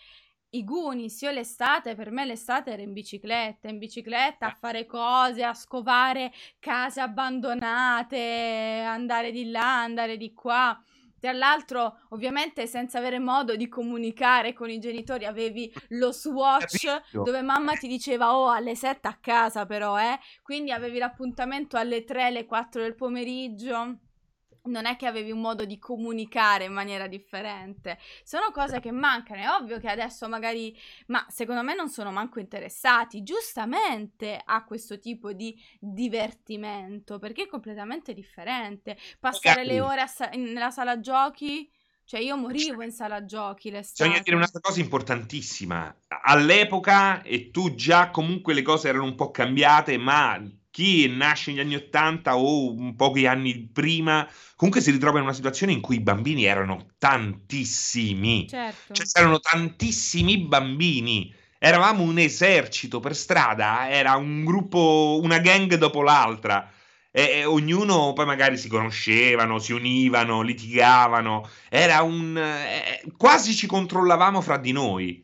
I Goonies, io l'estate, per me l'estate era in bicicletta a fare cose, a scovare case abbandonate, andare di là, andare di qua. Tra l'altro, ovviamente, senza avere modo di comunicare con i genitori, avevi lo Swatch Capito? dove mamma ti diceva, oh, alle 7 a casa però, eh. Quindi avevi l'appuntamento alle 3, alle 4 del pomeriggio. Non è che avevi un modo di comunicare in maniera differente. Sono cose che mancano. È ovvio che adesso magari, ma secondo me non sono manco interessati, giustamente, a questo tipo di divertimento, perché è completamente differente. Passare le Magari ore nella sala giochi, cioè io morivo in sala giochi bisogna dire l'estate. un'altra cosa importantissima. All'epoca, e tu già comunque le cose erano un po' cambiate, ma chi nasce negli anni 80 o pochi anni prima, comunque si ritrova in una situazione in cui i bambini erano tantissimi. Certo. Cioè, c'erano tantissimi bambini. Eravamo un esercito per strada, era un gruppo, una gang dopo l'altra. E ognuno poi magari si conoscevano, si univano, litigavano. Era un... quasi ci controllavamo fra di noi.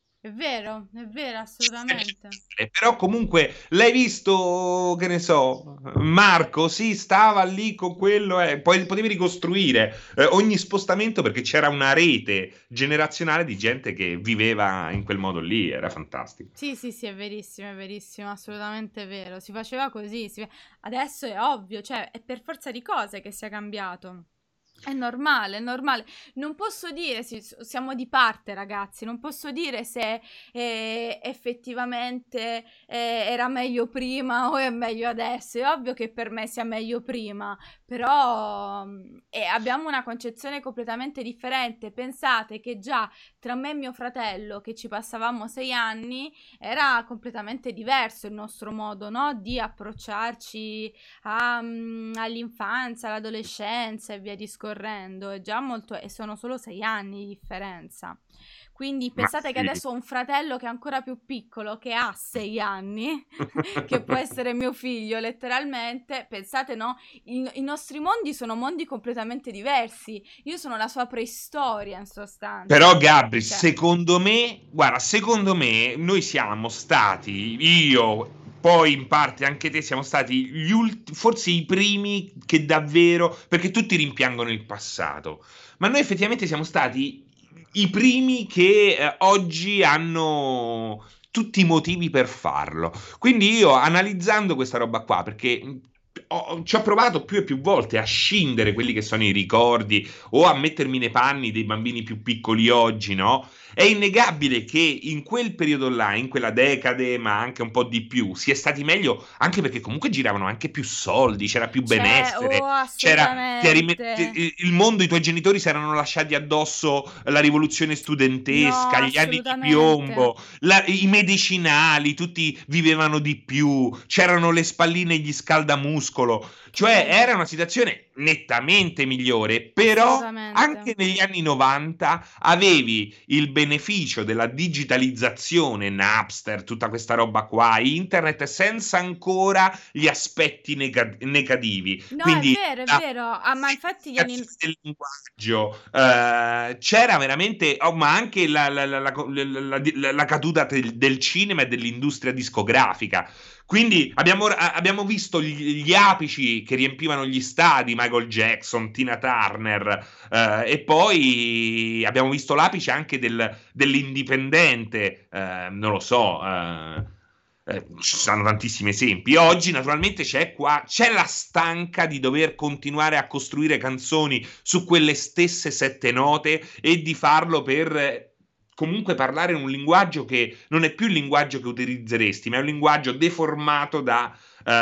È vero, assolutamente. Però comunque l'hai visto, che ne so, Marco, sì, stava lì con quello, poi potevi ricostruire ogni spostamento perché c'era una rete generazionale di gente che viveva in quel modo lì, era fantastico. Sì, sì, sì, è verissimo, assolutamente vero. Si faceva così. Adesso è ovvio, cioè è per forza di cose che sia cambiato. È normale, è normale. Non posso dire, siamo di parte ragazzi, non posso dire se effettivamente era meglio prima o è meglio adesso. È ovvio che per me sia meglio prima, però abbiamo una concezione completamente differente. Pensate che già tra me e mio fratello, che ci passavamo 6 anni, era completamente diverso il nostro modo, no? Di approcciarci all'infanzia, all'adolescenza e via discorrendo. È già molto, e sono solo 6 anni di differenza. Quindi Ma pensate che sì. adesso ho un fratello che è ancora più piccolo, che ha 6 anni, che può essere mio figlio letteralmente. Pensate, no? I nostri mondi sono mondi completamente diversi. Io sono la sua preistoria in Però sostanza. Gabri, Cioè, secondo me, guarda, secondo me noi siamo stati, io, poi in parte anche te, siamo stati forse i primi che davvero, perché tutti rimpiangono il passato, ma noi effettivamente siamo stati i primi che oggi hanno tutti i motivi per farlo. Quindi io, analizzando questa roba qua, perché ci ho provato più e più volte a scindere quelli che sono i ricordi o a mettermi nei panni dei bambini più piccoli oggi, no? È innegabile che in quel periodo là, in quella decade, ma anche un po' di più, si è stati meglio anche perché comunque giravano anche più soldi, c'era più oh, benessere, assolutamente. il mondo, i tuoi genitori si erano lasciati addosso la rivoluzione No, studentesca, gli anni di assolutamente. piombo, i medicinali, tutti vivevano di più, c'erano le spalline e gli scaldamuscolo, Che cioè bello. era una situazione nettamente migliore, però Assolutamente. anche negli anni 90 avevi il beneficio della digitalizzazione, Napster, tutta questa roba qua, internet, senza ancora gli aspetti negativi. No, Quindi è la vero. Ah, ma infatti gli anni... semplificazione del linguaggio, c'era veramente, ma anche la caduta del cinema e dell'industria discografica. Quindi abbiamo visto gli apici che riempivano gli stadi, Michael Jackson, Tina Turner, e poi abbiamo visto l'apice anche dell'indipendente, non lo so, ci sono tantissimi esempi. Oggi, naturalmente, c'è la stanca di dover continuare a costruire canzoni su quelle stesse 7 note e di farlo per comunque parlare in un linguaggio che non è più il linguaggio che utilizzeresti, ma è un linguaggio deformato da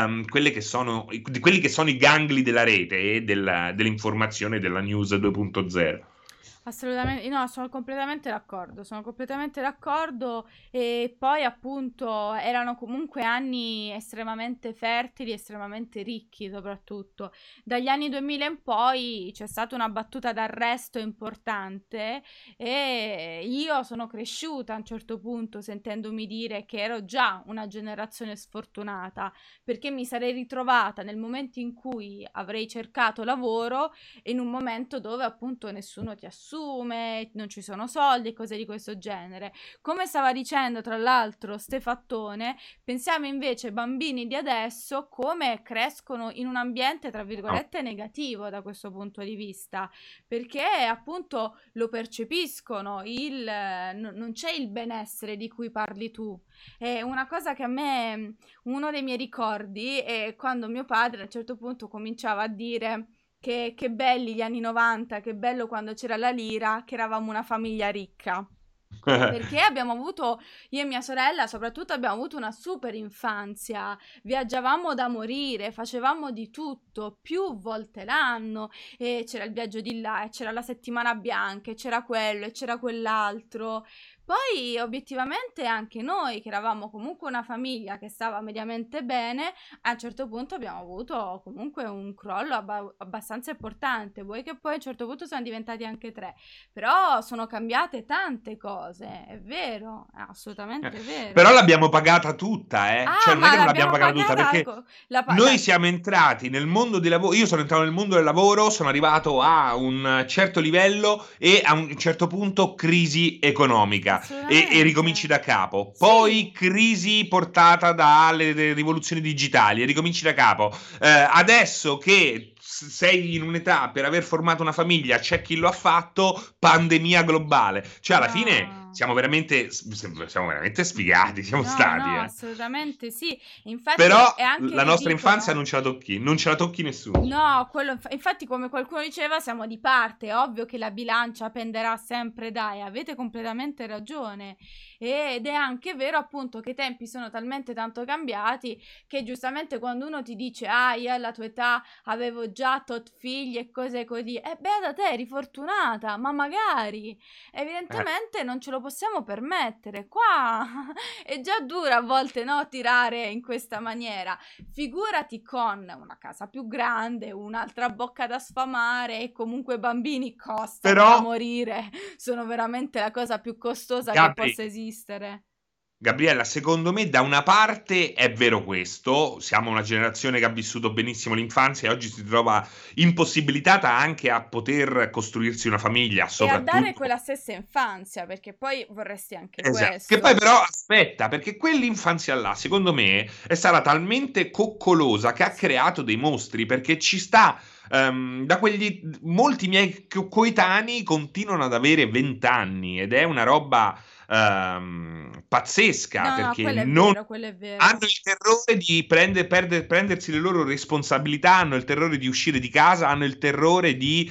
di quelli che sono i gangli della rete e dell'informazione della news 2.0. Assolutamente, no, sono completamente d'accordo e poi appunto erano comunque anni estremamente fertili, estremamente ricchi soprattutto. Dagli anni 2000 in poi c'è stata una battuta d'arresto importante e io sono cresciuta a un certo punto sentendomi dire che ero già una generazione sfortunata perché mi sarei ritrovata nel momento in cui avrei cercato lavoro in un momento dove appunto nessuno ti assume, non ci sono soldi e cose di questo genere. Come stava dicendo tra l'altro Stefattone, pensiamo invece ai bambini di adesso come crescono in un ambiente tra virgolette negativo da questo punto di vista, perché appunto lo percepiscono, non c'è il benessere di cui parli tu. È una cosa che a me, uno dei miei ricordi è quando mio padre a un certo punto cominciava a dire che belli gli anni 90, che bello quando c'era la lira, che eravamo una famiglia ricca. Perché abbiamo avuto, io e mia sorella soprattutto, abbiamo avuto una super infanzia, viaggiavamo da morire, facevamo di tutto, più volte l'anno, e c'era il viaggio di là, e c'era la settimana bianca, e c'era quello, e c'era quell'altro. Poi obiettivamente anche noi, che eravamo comunque una famiglia che stava mediamente bene, a un certo punto abbiamo avuto comunque un crollo abbastanza importante, vuoi che poi a un certo punto sono diventati anche 3, però sono cambiate tante cose, è vero, è assolutamente vero. Però l'abbiamo pagata tutta, cioè non è Ma che non l'abbiamo l'abbiamo pagata tutta, pagata perché noi siamo entrati nel mondo del lavoro, io sono entrato nel mondo del lavoro, sono arrivato a un certo livello e a un certo punto crisi economica e assolutamente. ricominci da capo, Sì. poi crisi portata dalle rivoluzioni digitali e ricominci da capo. Adesso che sei in un'età per aver formato una famiglia, c'è chi lo ha fatto, pandemia globale, cioè alla fine siamo veramente sfigati, siamo stati. No, assolutamente sì. Infatti Però è anche la nostra ridicolo. infanzia non ce la tocchi nessuno. No, quello infatti come qualcuno diceva siamo di parte, è ovvio che la bilancia penderà sempre da, e avete completamente ragione, ed è anche vero appunto che i tempi sono talmente tanto cambiati che giustamente quando uno ti dice io alla tua età avevo già tot figli e cose così, beata te, eri fortunata, ma magari evidentemente non ce lo possiamo permettere, qua è già dura a volte, no, tirare in questa maniera, figurati con una casa più grande, un'altra bocca da sfamare, e comunque bambini costano da morire, sono veramente la cosa più costosa che possa esistere. Gabriella, secondo me da una parte è vero questo, siamo una generazione che ha vissuto benissimo l'infanzia e oggi si trova impossibilitata anche a poter costruirsi una famiglia, soprattutto... E a dare quella stessa infanzia, perché poi vorresti anche questo. Che poi però aspetta, perché quell'infanzia là, secondo me, è stata talmente coccolosa che ha creato dei mostri, perché ci sta... molti miei coetanei continuano ad avere 20 anni ed è una roba pazzesca, perché quello è vero. hanno il terrore di prendersi le loro responsabilità, hanno il terrore di uscire di casa, hanno il terrore di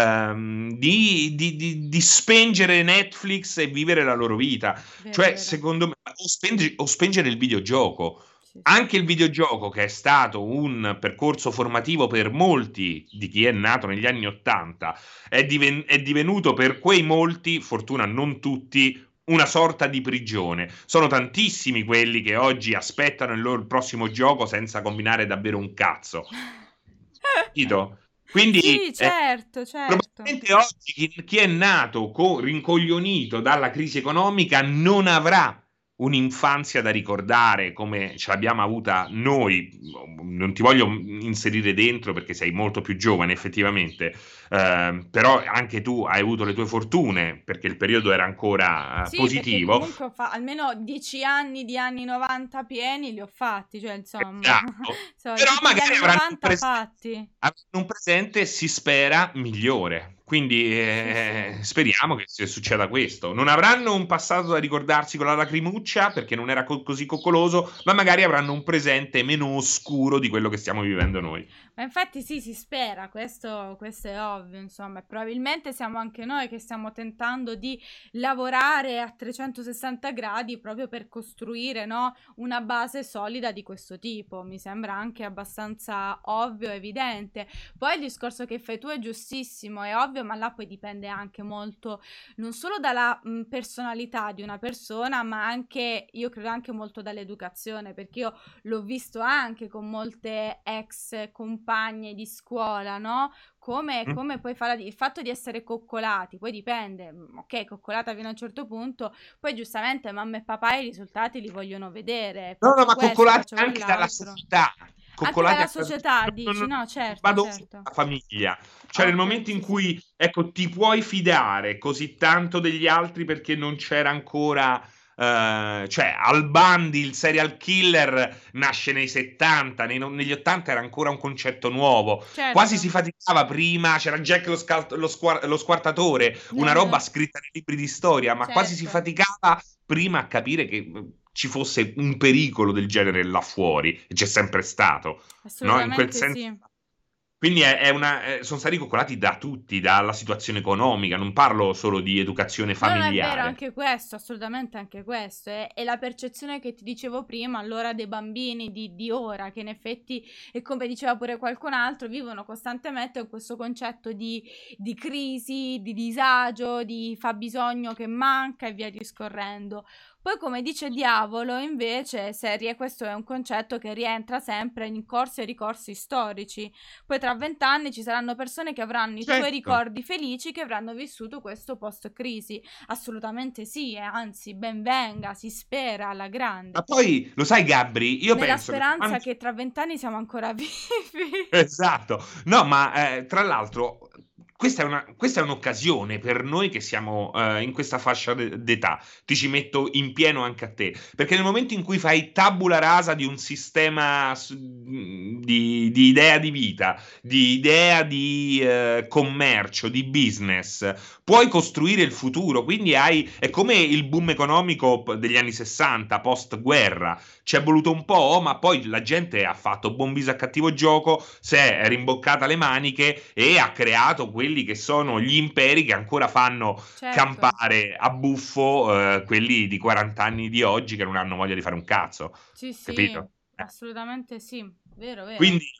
spengere Netflix e vivere la loro vita. Cioè, secondo me, o spengere il videogioco. Anche il videogioco, che è stato un percorso formativo per molti di chi è nato negli anni '80, è divenuto per quei molti, fortuna non tutti, una sorta di prigione. Sono tantissimi quelli che oggi aspettano il loro prossimo gioco senza combinare davvero un cazzo. Capito? Quindi sì, certo. probabilmente oggi chi è nato rincoglionito dalla crisi economica non avrà un'infanzia da ricordare come ce l'abbiamo avuta noi. Non ti voglio inserire dentro perché sei molto più giovane effettivamente, però anche tu hai avuto le tue fortune perché il periodo era ancora positivo. Perché comunque almeno 10 anni di anni 90 pieni li ho fatti, cioè insomma. Esatto. Però magari avranno un presente, si spera, migliore. Quindi speriamo che succeda questo. Non avranno un passato da ricordarsi con la lacrimuccia perché non era così coccoloso, ma magari avranno un presente meno oscuro di quello che stiamo vivendo noi. Ma infatti sì, si spera, questo è ovvio, insomma, e probabilmente siamo anche noi che stiamo tentando di lavorare a 360 gradi proprio per costruire, no, una base solida di questo tipo. Mi sembra anche abbastanza ovvio, evidente. Poi il discorso che fai tu è giustissimo, è ovvio, ma là poi dipende anche molto non solo dalla personalità di una persona, ma anche, io credo anche molto dall'educazione, perché io l'ho visto anche con molte ex compagne compagne di scuola, no? Come Mm. poi fa il fatto di essere coccolati, poi dipende, ok, coccolata fino a un certo punto, poi giustamente mamma e papà i risultati li vogliono vedere, No, no, faccio ma questo, coccolati faccio anche dalla quell'altro. società, Anche coccolati dalla a casa. società, dici? No, Non certo, vado sulla certo. famiglia. Cioè, nel Ok, momento in sì, sì. cui, ecco, ti puoi fidare così tanto degli altri perché non c'era ancora. Cioè, Al Bundy, il serial killer, nasce nei 70, negli 80 era ancora un concetto nuovo. Quasi si Certo. faticava prima, c'era Jack lo squartatore, una roba scritta nei libri di storia, ma quasi si Certo, faticava prima a capire che ci fosse un pericolo del genere là fuori, e c'è sempre stato, no? In quel assolutamente senso. sì. Quindi sono stati coccolati da tutti, dalla situazione economica, non parlo solo di educazione No, no, è vero, familiare. anche questo, assolutamente anche questo. È la percezione che ti dicevo prima, allora, dei bambini di ora, che in effetti, e come diceva pure qualcun altro, vivono costantemente con questo concetto di crisi, di disagio, di fabbisogno che manca e via discorrendo. Poi, come dice Diavolo, invece, questo è un concetto che rientra sempre in corsi e ricorsi storici. Poi tra 20 anni ci saranno persone che avranno i tuoi Certo. ricordi felici, che avranno vissuto questo post-crisi. Assolutamente sì, anzi, ben venga, si spera alla Ma grande. poi, lo sai, Gabri, io Nella penso che speranza quando. che tra 20 anni siamo ancora vivi. Esatto, no, ma tra l'altro questa è un'occasione per noi che siamo in questa fascia d'età, ti ci metto in pieno anche a te, perché nel momento in cui fai tabula rasa di un sistema di idea di vita, di idea di commercio, di business, puoi costruire il futuro, quindi è come il boom economico degli anni 60, post-guerra, ci è voluto un po', ma poi la gente ha fatto buon viso a cattivo gioco, si è rimboccata le maniche e ha creato quelli che sono gli imperi che ancora fanno Certo, campare a buffo quelli di 40 anni di oggi che non hanno voglia di fare un cazzo, sì, sì, capito? assolutamente sì, vero, vero. Quindi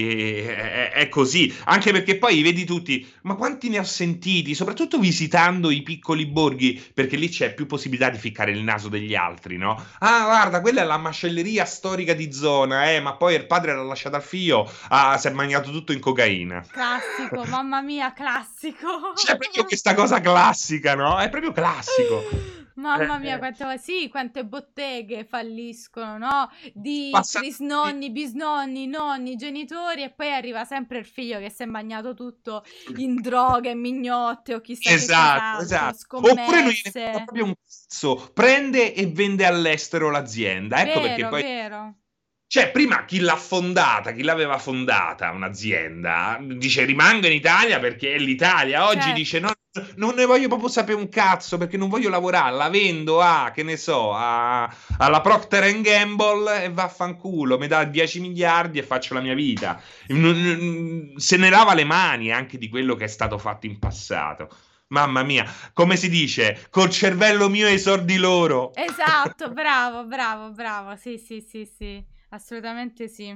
è così, anche perché poi vedi tutti, ma quanti ne ho sentiti, soprattutto visitando i piccoli borghi, perché lì c'è più possibilità di ficcare il naso degli altri, no? Ah, guarda, quella è la macelleria storica di zona, ma poi il padre l'ha lasciata al figlio, si è mangiato tutto in cocaina. Classico, mamma mia, classico. C'è proprio questa cosa classica, no? È proprio classico. Mamma mia, Eh, quante botteghe falliscono, no? Di Passati. trisnonni, bisnonni, nonni, genitori, e poi arriva sempre il figlio che si è bagnato tutto in droghe, mignotte o chissà che Esatto, cos'altro, esatto. Oppure non gliene frega scommesse. proprio un cazzo, prende e vende all'estero l'azienda. Ecco perché Vero, poi. vero. Cioè, prima chi l'ha fondata, chi l'aveva fondata un'azienda, dice rimango in Italia perché è l'Italia. Oggi dice Certo. no, non ne voglio proprio sapere un cazzo perché non voglio lavorare, la vendo che ne so, alla Procter Gamble e vaffanculo, mi dà 10 miliardi e faccio la mia vita. Sì. Se ne lava le mani anche di quello che è stato fatto in passato. Mamma mia, come si dice, col cervello mio e i sordi loro. Esatto, bravo, bravo, bravo. Sì, sì, sì, sì, assolutamente sì.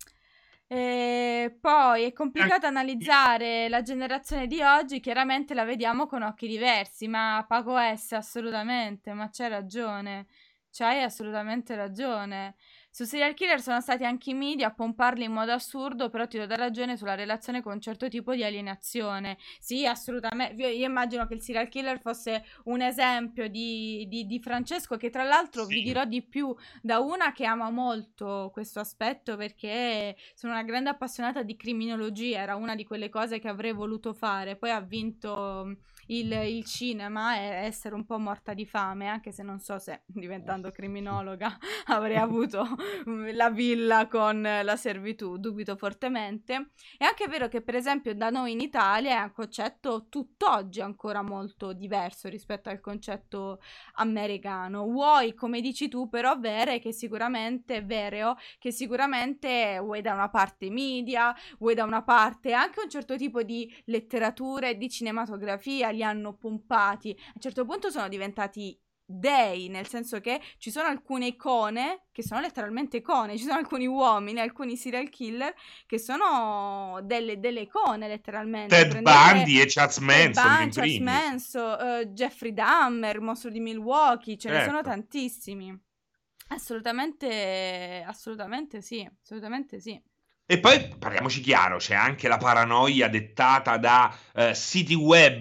E poi è complicato analizzare la generazione di oggi, chiaramente la vediamo con occhi diversi, ma Paco S assolutamente, ma c'hai assolutamente ragione. Su serial killer sono stati anche i media a pomparli in modo assurdo, però ti do da ragione sulla relazione con un certo tipo di alienazione. Sì, assolutamente. Io immagino che il serial killer fosse un esempio di Francesco, che tra l'altro vi Sì. dirò di più, da una che ama molto questo aspetto perché sono una grande appassionata di criminologia, era una di quelle cose che avrei voluto fare, poi ha vinto il cinema e essere un po' morta di fame, anche se non so se diventando criminologa avrei avuto la villa con la servitù, dubito fortemente. È anche vero che per esempio da noi in Italia è un concetto tutt'oggi ancora molto diverso rispetto al concetto americano. Vuoi, come dici tu, però avere che sicuramente è vero, che sicuramente vuoi da una parte media, vuoi da una parte anche un certo tipo di letteratura e di cinematografia li hanno pompati. A un certo punto sono diventati dei, nel senso che ci sono alcune icone che sono letteralmente icone, ci sono alcuni uomini, alcuni serial killer che sono delle icone letteralmente. Ted Prendete Bundy e Charles Ted Manson Bundy, in Charles primis. Manson, Jeffrey Dahmer, il mostro di Milwaukee, ce ne sono Certo. tantissimi. Assolutamente, assolutamente sì, assolutamente sì. E poi parliamoci chiaro, c'è anche la paranoia dettata da siti web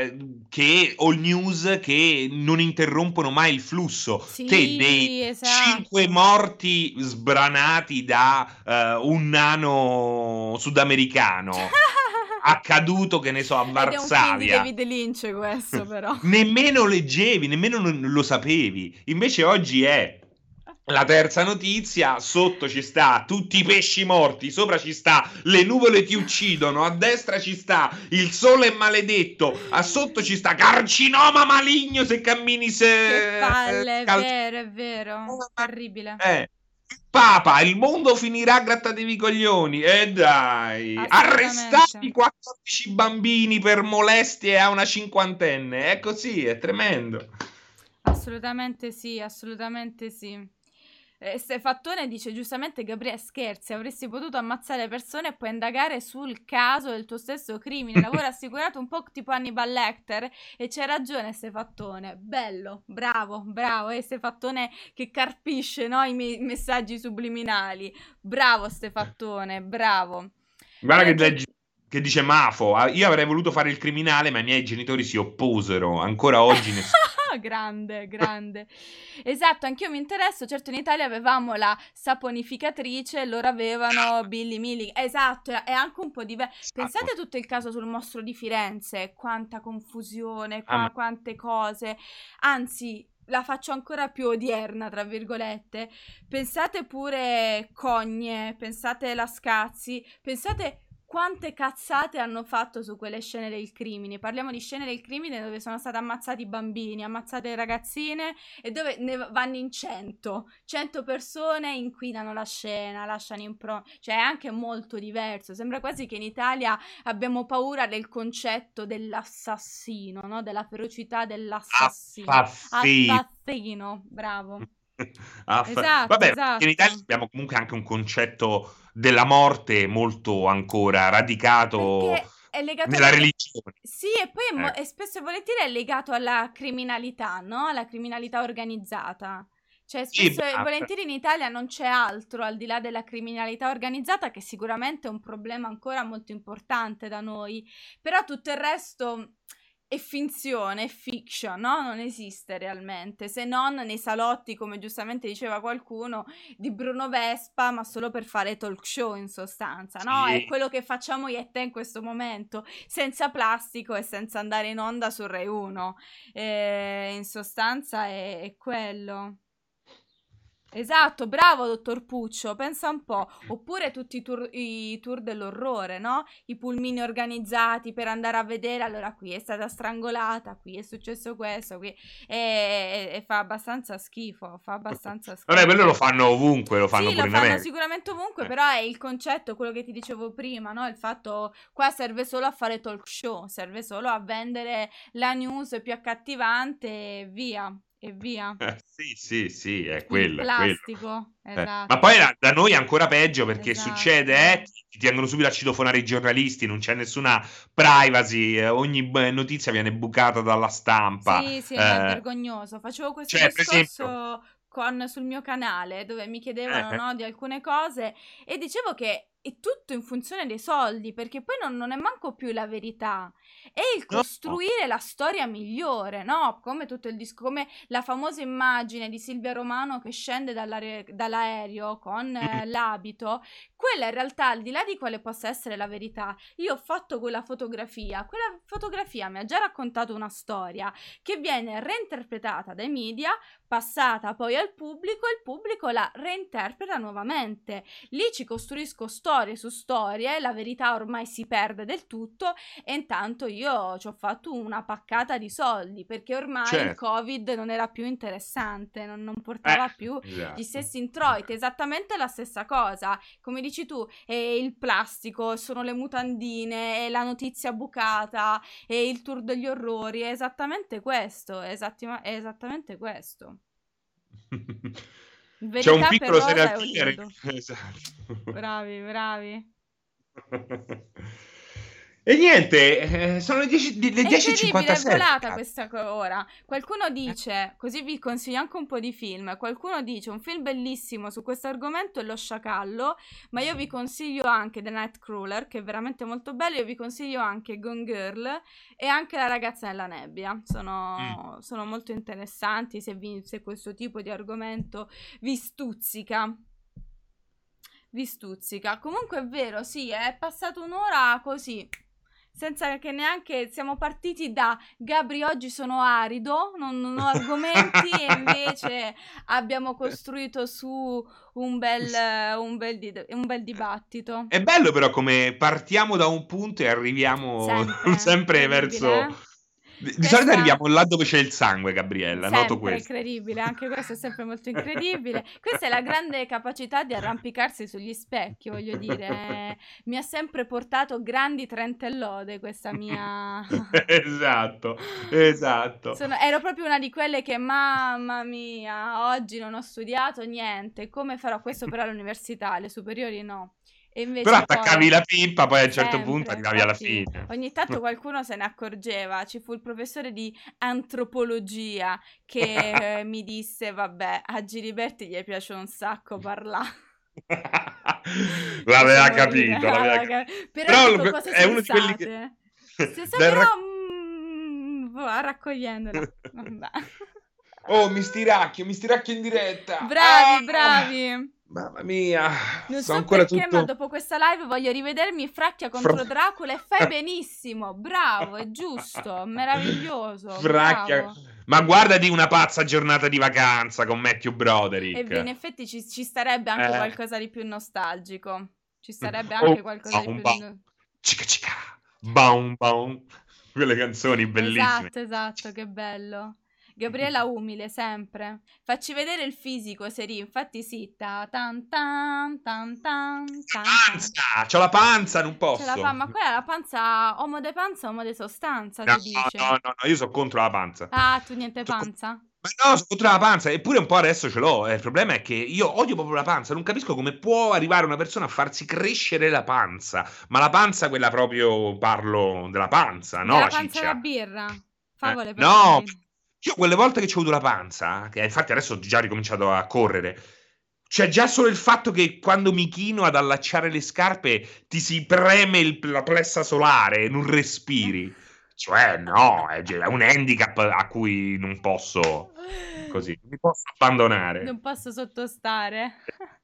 o news che non interrompono mai il flusso. Te dei Sì, 5 esatto. morti sbranati da un nano sudamericano accaduto, che ne so, a Ed è un film di Varsavia. David Lynch questo, però. Nemmeno leggevi, nemmeno lo sapevi. Invece oggi è la terza notizia, sotto ci sta tutti i pesci morti, sopra ci sta le nuvole ti uccidono, a destra ci sta il sole è maledetto, a sotto ci sta carcinoma maligno se cammini Che palle, scalzo. è vero, terribile. Papa, il mondo finirà grattatevi i coglioni. E dai, Assolutamente. arrestati 14 bambini per molestie a una cinquantenne. È così, è tremendo. Assolutamente sì, assolutamente sì. Fattone dice giustamente: Gabriele, scherzi, avresti potuto ammazzare persone e poi indagare sul caso del tuo stesso crimine. Lavoro assicurato un po' tipo Hannibal Lecter. E c'è ragione Fattone. Bello, bravo, bravo. E Fattone che carpisce, no, i messaggi subliminali. Bravo Fattone, bravo. Guarda Io già... che dice Mafo. Io avrei voluto fare il criminale, ma i miei genitori si opposero. Ancora oggi nessuno. Grande, grande. Esatto, anch'io mi interesso. Certo, in Italia avevamo la saponificatrice, loro avevano Billy Milligan. Esatto, è anche un po' diverso. Pensate a tutto il caso sul mostro di Firenze, quanta confusione, Ah, ma quante cose. Anzi, la faccio ancora più odierna, tra virgolette. Pensate pure Cogne, pensate Lascazzi, pensate quante cazzate hanno fatto su quelle scene del crimine. Parliamo di scene del crimine dove sono stati ammazzati bambini, ammazzate ragazzine e dove ne vanno in 100. 100 persone inquinano la scena, lasciano cioè è anche molto diverso. Sembra quasi che in Italia abbiamo paura del concetto dell'assassino, no? Della ferocità dell'assassino. Affaffino. Assassino, bravo. Vabbè, Esatto, in Italia esatto. abbiamo comunque anche un concetto della morte molto ancora radicato Perché è legato nella proprio... religione. Sì, e poi Ecco. e spesso e volentieri è legato alla criminalità, no? Alla criminalità organizzata. Cioè, Sì, spesso e volentieri in Italia non c'è altro al di là della criminalità organizzata, che sicuramente è un problema ancora molto importante da noi. Però tutto il resto è finzione, è fiction, no? Non esiste realmente, se non nei salotti, come giustamente diceva qualcuno, di Bruno Vespa, ma solo per fare talk show in sostanza, no? È sì. quello che facciamo io e te in questo momento, senza plastico e senza andare in onda su Rai 1. In sostanza è quello. Esatto, bravo dottor Puccio, pensa un po', oppure tutti i tour dell'orrore, no? I pulmini organizzati per andare a vedere, allora qui è stata strangolata, qui è successo questo, qui e fa abbastanza schifo, fa abbastanza Vabbè, quello lo schifo. fanno ovunque, lo fanno Sì, lo pure in fanno America. sicuramente ovunque, Eh. però è il concetto, quello che ti dicevo prima, no? Il fatto qua serve solo a fare talk show, serve solo a vendere la news più accattivante e via, e via. Sì, sì, sì, è Il quello, è quello. plastico, Ma poi esatto, da noi è ancora peggio perché succede, esatto. ti tengono subito a citofonare i giornalisti, non c'è nessuna privacy, ogni notizia viene bucata dalla stampa. Sì, sì, no, è vergognoso. Facevo questo Cioè, per esempio, discorso sul mio canale dove mi chiedevano, eh, no, di alcune cose e dicevo che è tutto in funzione dei soldi, perché poi non è manco più la verità, è il no, costruire la storia migliore, no? Come tutto come la famosa immagine di Silvia Romano che scende dall'aereo con mm, l'abito, quella in realtà, al di là di quale possa essere la verità, io ho fatto quella fotografia mi ha già raccontato una storia che viene reinterpretata dai media, passata poi al pubblico e il pubblico la reinterpreta nuovamente. Lì ci costruisco storie su storie, la verità ormai si perde del tutto e intanto io ci ho fatto una paccata di soldi perché ormai il certo, Covid non era più interessante, non portava più gli esatto. stessi introiti, esattamente la stessa cosa. Come dici tu, è il plastico, sono le mutandine, è la notizia bucata, è il tour degli orrori, è esattamente questo, è esattamente questo. C'è un Verità per piccolo serial Rosa e killer. Olindo. Esatto. Bravi, bravi. E niente, sono le È incredibile, è 10:57. volata questa ora. Qualcuno dice, così vi consiglio anche un po' di film, qualcuno dice un film bellissimo su questo argomento è Lo Sciacallo, ma io vi consiglio anche The Nightcrawler, che è veramente molto bello, io vi consiglio anche Gone Girl e anche La ragazza nella nebbia, sono molto interessanti se questo tipo di argomento vi stuzzica. Vi stuzzica. Comunque è vero, sì, è passata un'ora così, senza che neanche siamo partiti da Gabri oggi sono arido, non ho argomenti e invece abbiamo costruito su un bel dibattito. È bello però come partiamo da un punto e arriviamo sempre Incredibile, verso... eh? Di solito Questa arriviamo là dove c'è il sangue, Gabriella, noto sempre questo. incredibile, anche questo è sempre molto incredibile. Questa è la grande capacità di arrampicarsi sugli specchi, voglio dire. Mi ha sempre portato grandi trentellode questa mia... Esatto, esatto. Ero proprio una di quelle che, mamma mia, oggi non ho studiato niente. Come farò questo per all'università? Le superiori no. E Però invece attaccavi poi... la pippa, poi a un certo punto Sempre, arrivavi alla infatti fine. ogni tanto qualcuno se ne accorgeva, ci fu il professore di antropologia che mi disse, vabbè, a Giliberti gli piace un sacco parlare. L'aveva Fece morire, capito, però però dico cose è uno di quelli che... sensate. Se so del però rac- raccogliendola. Vabbè. Oh, mi stiracchio in diretta. Bravi, bravi. Mamma mia, Non sono so ancora perché, ma tutto... dopo questa live voglio rivedermi Fracchia contro Dracula e fai benissimo. Bravo, è giusto, meraviglioso, Fracchia. bravo. Ma guarda di una pazza giornata di vacanza con Matthew E in Broderick. effetti ci starebbe anche qualcosa di più nostalgico. Ci sarebbe Oh, anche qualcosa di più... cica cica, baum baum. Quelle canzoni bellissime. Esatto, che bello. Gabriella umile, sempre. Facci vedere il fisico, Seri. Infatti sì. Ta tan tan tan tan tan. Panza! C'ho la panza, non posso. Ma quella è la panza, omo de panza, omo de sostanza, No, si dice. no, io sono contro la panza. Ah, tu niente panza? Ma no, sono contro la panza, eppure un po' adesso ce l'ho. Il problema è che io odio proprio la panza. Non capisco come può arrivare una persona a farsi crescere la panza. Ma la panza, quella proprio, parlo della panza, no Della la panza ciccia. da birra. Favole per No, bambini. io quelle volte che ho avuto la panza, che infatti adesso ho già ricominciato a correre, c'è già solo il fatto che quando mi chino ad allacciare le scarpe ti si preme la plessa solare, non respiri. Cioè, no, è un handicap a cui non posso, così, mi posso abbandonare. Non posso sottostare.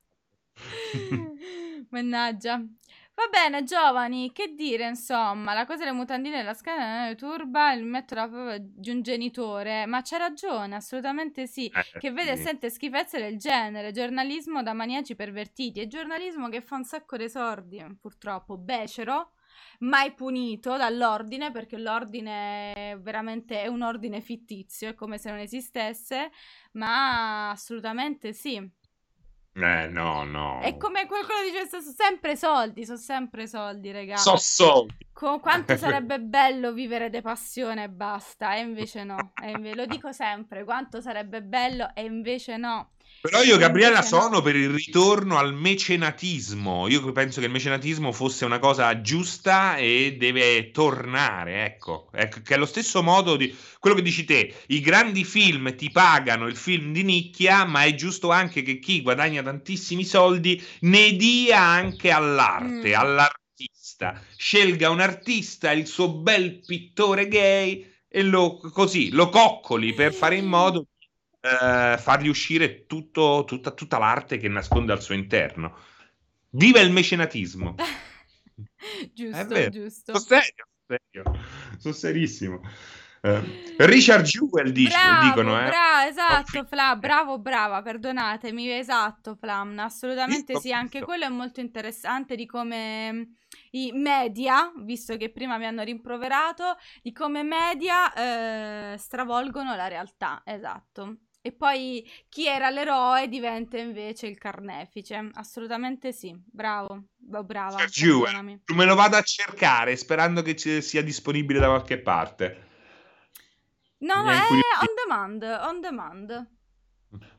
Mannaggia. Va bene, giovani, che dire, insomma, la cosa delle mutandine della scala turba il metodo proprio di un genitore, ma c'ha ragione, assolutamente sì, che vede e Sì. sente schifezze del genere, giornalismo da maniaci pervertiti, e giornalismo che fa un sacco di sordi, purtroppo, becero, mai punito dall'ordine, perché l'ordine veramente è un ordine fittizio, è come se non esistesse, ma assolutamente sì. No. È come qualcuno dice, sono sempre soldi, raga. So soldi. Quanto sarebbe bello vivere de passione e basta, e invece no. Lo dico sempre, quanto sarebbe bello e invece no. Però io, E Gabriella, invece no. sono per il ritorno al mecenatismo. Io penso che il mecenatismo fosse una cosa giusta e deve tornare, ecco. Che è lo stesso modo di quello che dici te. I grandi film ti pagano il film di nicchia, ma è giusto anche che chi guadagna tantissimi soldi ne dia anche all'arte, all'artista. Scelga un artista, il suo bel pittore gay e lo coccoli per fare in modo fargli uscire tutta l'arte che nasconde al suo interno. Viva il mecenatismo! È vero. Giusto. Sono serio. Sono serissimo. Richard Jewell dicono, bravo, esatto, brava, perdonatemi, esatto, Flam, assolutamente sì, anche quello è molto interessante di come i media, visto che prima mi hanno rimproverato, di come media stravolgono la realtà, esatto. E poi chi era l'eroe diventa invece il carnefice, assolutamente sì, brava, perdonami. me lo vado a cercare sperando che sia disponibile da qualche parte. No, è on demand.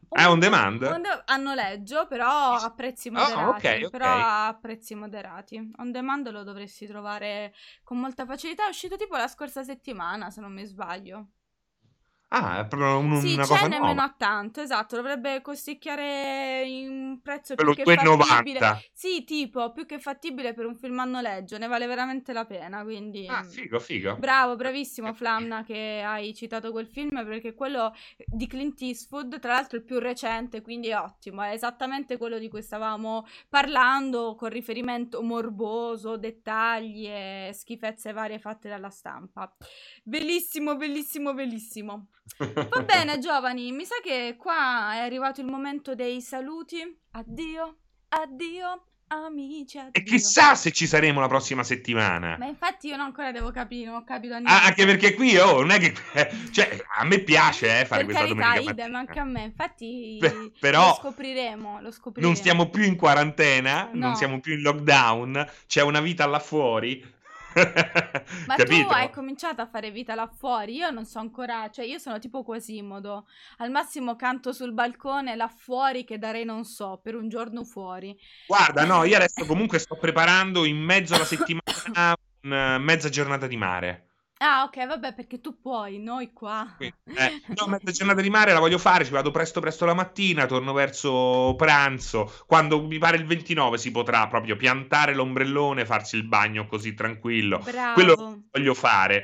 È on demand? A noleggio, però a prezzi moderati. Ok. Però a prezzi moderati. On demand lo dovresti trovare con molta facilità. È uscito tipo la scorsa settimana, se non mi sbaglio. Ah, è proprio Sì, una c'è cosa nuova. nemmeno a tanto, esatto, dovrebbe costicchiare in un prezzo più Quello che fattibile. 2,90. Sì, tipo, più che fattibile per un film a noleggio, ne vale veramente la pena, quindi Ah, figo, figo. bravo, bravissimo Flamna che hai citato quel film perché quello di Clint Eastwood, tra l'altro il più recente, quindi è ottimo, è esattamente quello di cui stavamo parlando con riferimento morboso, dettagli e schifezze varie fatte dalla stampa. Bellissimo, bellissimo, bellissimo. Va bene, giovani, mi sa che qua è arrivato il momento dei saluti. Addio, addio, amici, E addio. chissà se ci saremo la prossima settimana. Ma infatti io non ancora devo capire, non ho capito niente. Anche perché qui, non è che... Cioè, a me piace fare Per questa carità, domenica idem, mattina. anche a me. Infatti Però lo scopriremo, lo scopriremo. non stiamo più in quarantena, non No. siamo più in lockdown, c'è una vita là fuori. Ma Capito? tu hai cominciato a fare vita là fuori, io non so ancora, cioè io sono tipo Quasimodo, al massimo canto sul balcone là fuori che darei non so, per un giorno fuori. Guarda, no, io adesso comunque sto preparando in mezzo alla settimana una mezza giornata di mare. Ah, ok, vabbè, perché tu puoi, noi qua. Quindi, no, mezza giornata di mare la voglio fare, ci vado presto presto la mattina, torno verso pranzo, quando mi pare il 29 si potrà proprio piantare l'ombrellone, farsi il bagno così tranquillo. Quello Bravo. voglio fare.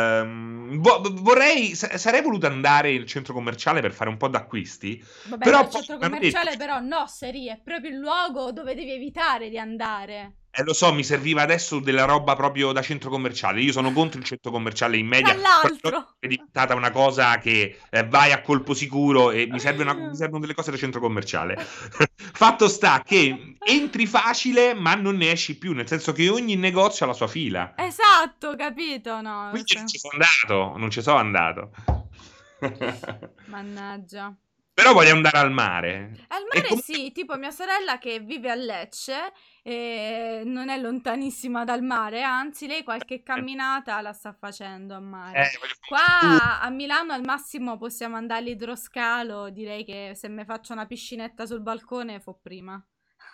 Sarei voluto andare in centro commerciale per fare un po' d'acquisti, Vabbè, no, però il poi centro mi hanno detto commerciale però no, Seri, è proprio il luogo dove devi evitare di andare. lo so, mi serviva adesso della roba proprio da centro commerciale. Io sono contro il centro commerciale in Tra media, però l'altro. è diventata una cosa che vai a colpo sicuro e mi servono delle cose da centro commerciale. Fatto sta che entri facile, ma non ne esci più, nel senso che ogni negozio ha la sua fila. Esatto, capito? No, Quindi non ci sono andato, non ci sono andato. mannaggia. Però voglio andare al mare. Al E mare comunque sì, tipo mia sorella che vive a Lecce, non è lontanissima dal mare, anzi lei qualche camminata la sta facendo a mare. voglio Qua fare un tour. a Milano al massimo possiamo andare all'idroscalo, direi che se mi faccio una piscinetta sul balcone fo prima.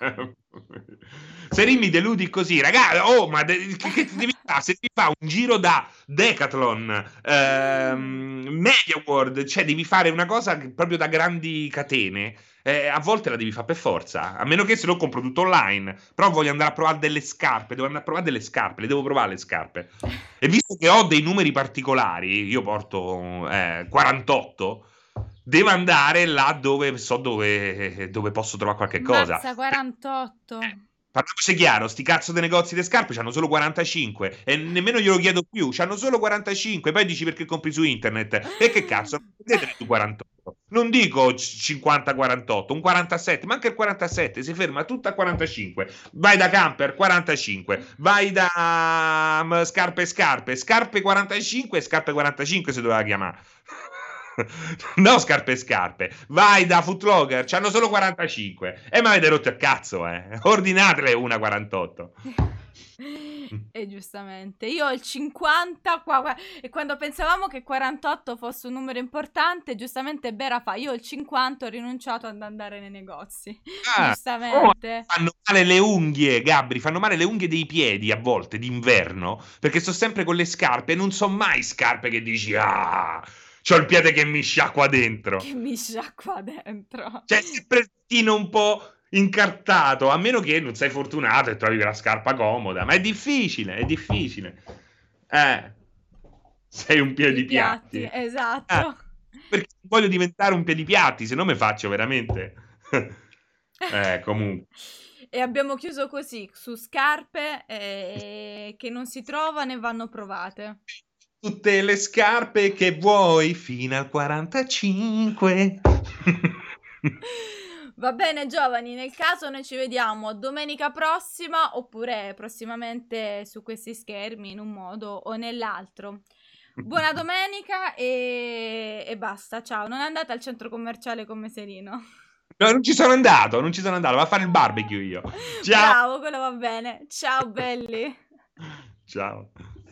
Se mi deludi così, ragazzi, che ti devi fare? Se ti fa un giro da Decathlon, Media World, cioè devi fare una cosa proprio da grandi catene. A volte la devi fare per forza, a meno che se lo compro tutto online. Però voglio andare a provare delle scarpe, devo andare a provare delle scarpe, le devo provare le scarpe. E visto che ho dei numeri particolari, io porto 48. Devo andare là dove so dove posso trovare qualche cosa. Mazza 48. Parliamoci chiaro, sti cazzo dei negozi di scarpe c'hanno solo 45 e nemmeno glielo chiedo più, c'hanno solo 45, poi dici perché compri su internet. E che cazzo, vedete tu 48. Non dico 50-48, un 47, ma anche il 47 si ferma tutta a 45. Vai da camper 45, vai da scarpe 45, scarpe 45 si doveva chiamare. No, scarpe. Vai da Footlocker, c'hanno solo 45. E mi avete rotto il cazzo, Ordinatele una 48. E giustamente, io ho il 50 qua, e quando pensavamo che 48 fosse un numero importante, giustamente Bera fa, io ho il 50 ho rinunciato ad andare nei negozi. Giustamente. Fanno male le unghie, Gabri, fanno male le unghie dei piedi a volte d'inverno, perché sto sempre con le scarpe e non so mai scarpe che dici c'ho il piede che mi sciacqua dentro. Che mi sciacqua dentro. Cioè, sempre il tino un po' incartato, a meno che non sei fortunato e trovi quella scarpa comoda, ma è difficile, è difficile. Sei un piedipiatti. Esatto. Perché voglio diventare un piedipiatti, se no me faccio veramente. Comunque. E abbiamo chiuso così, su scarpe che non si trovano e vanno provate. Tutte le scarpe che vuoi fino al 45. Va bene, giovani, nel caso noi ci vediamo domenica prossima oppure prossimamente su questi schermi in un modo o nell'altro. Buona domenica e basta, ciao. Non andate al centro commerciale con Meserino. No, non ci sono andato, va a fare il barbecue io. Ciao. Bravo, quello va bene. Ciao belli. Ciao.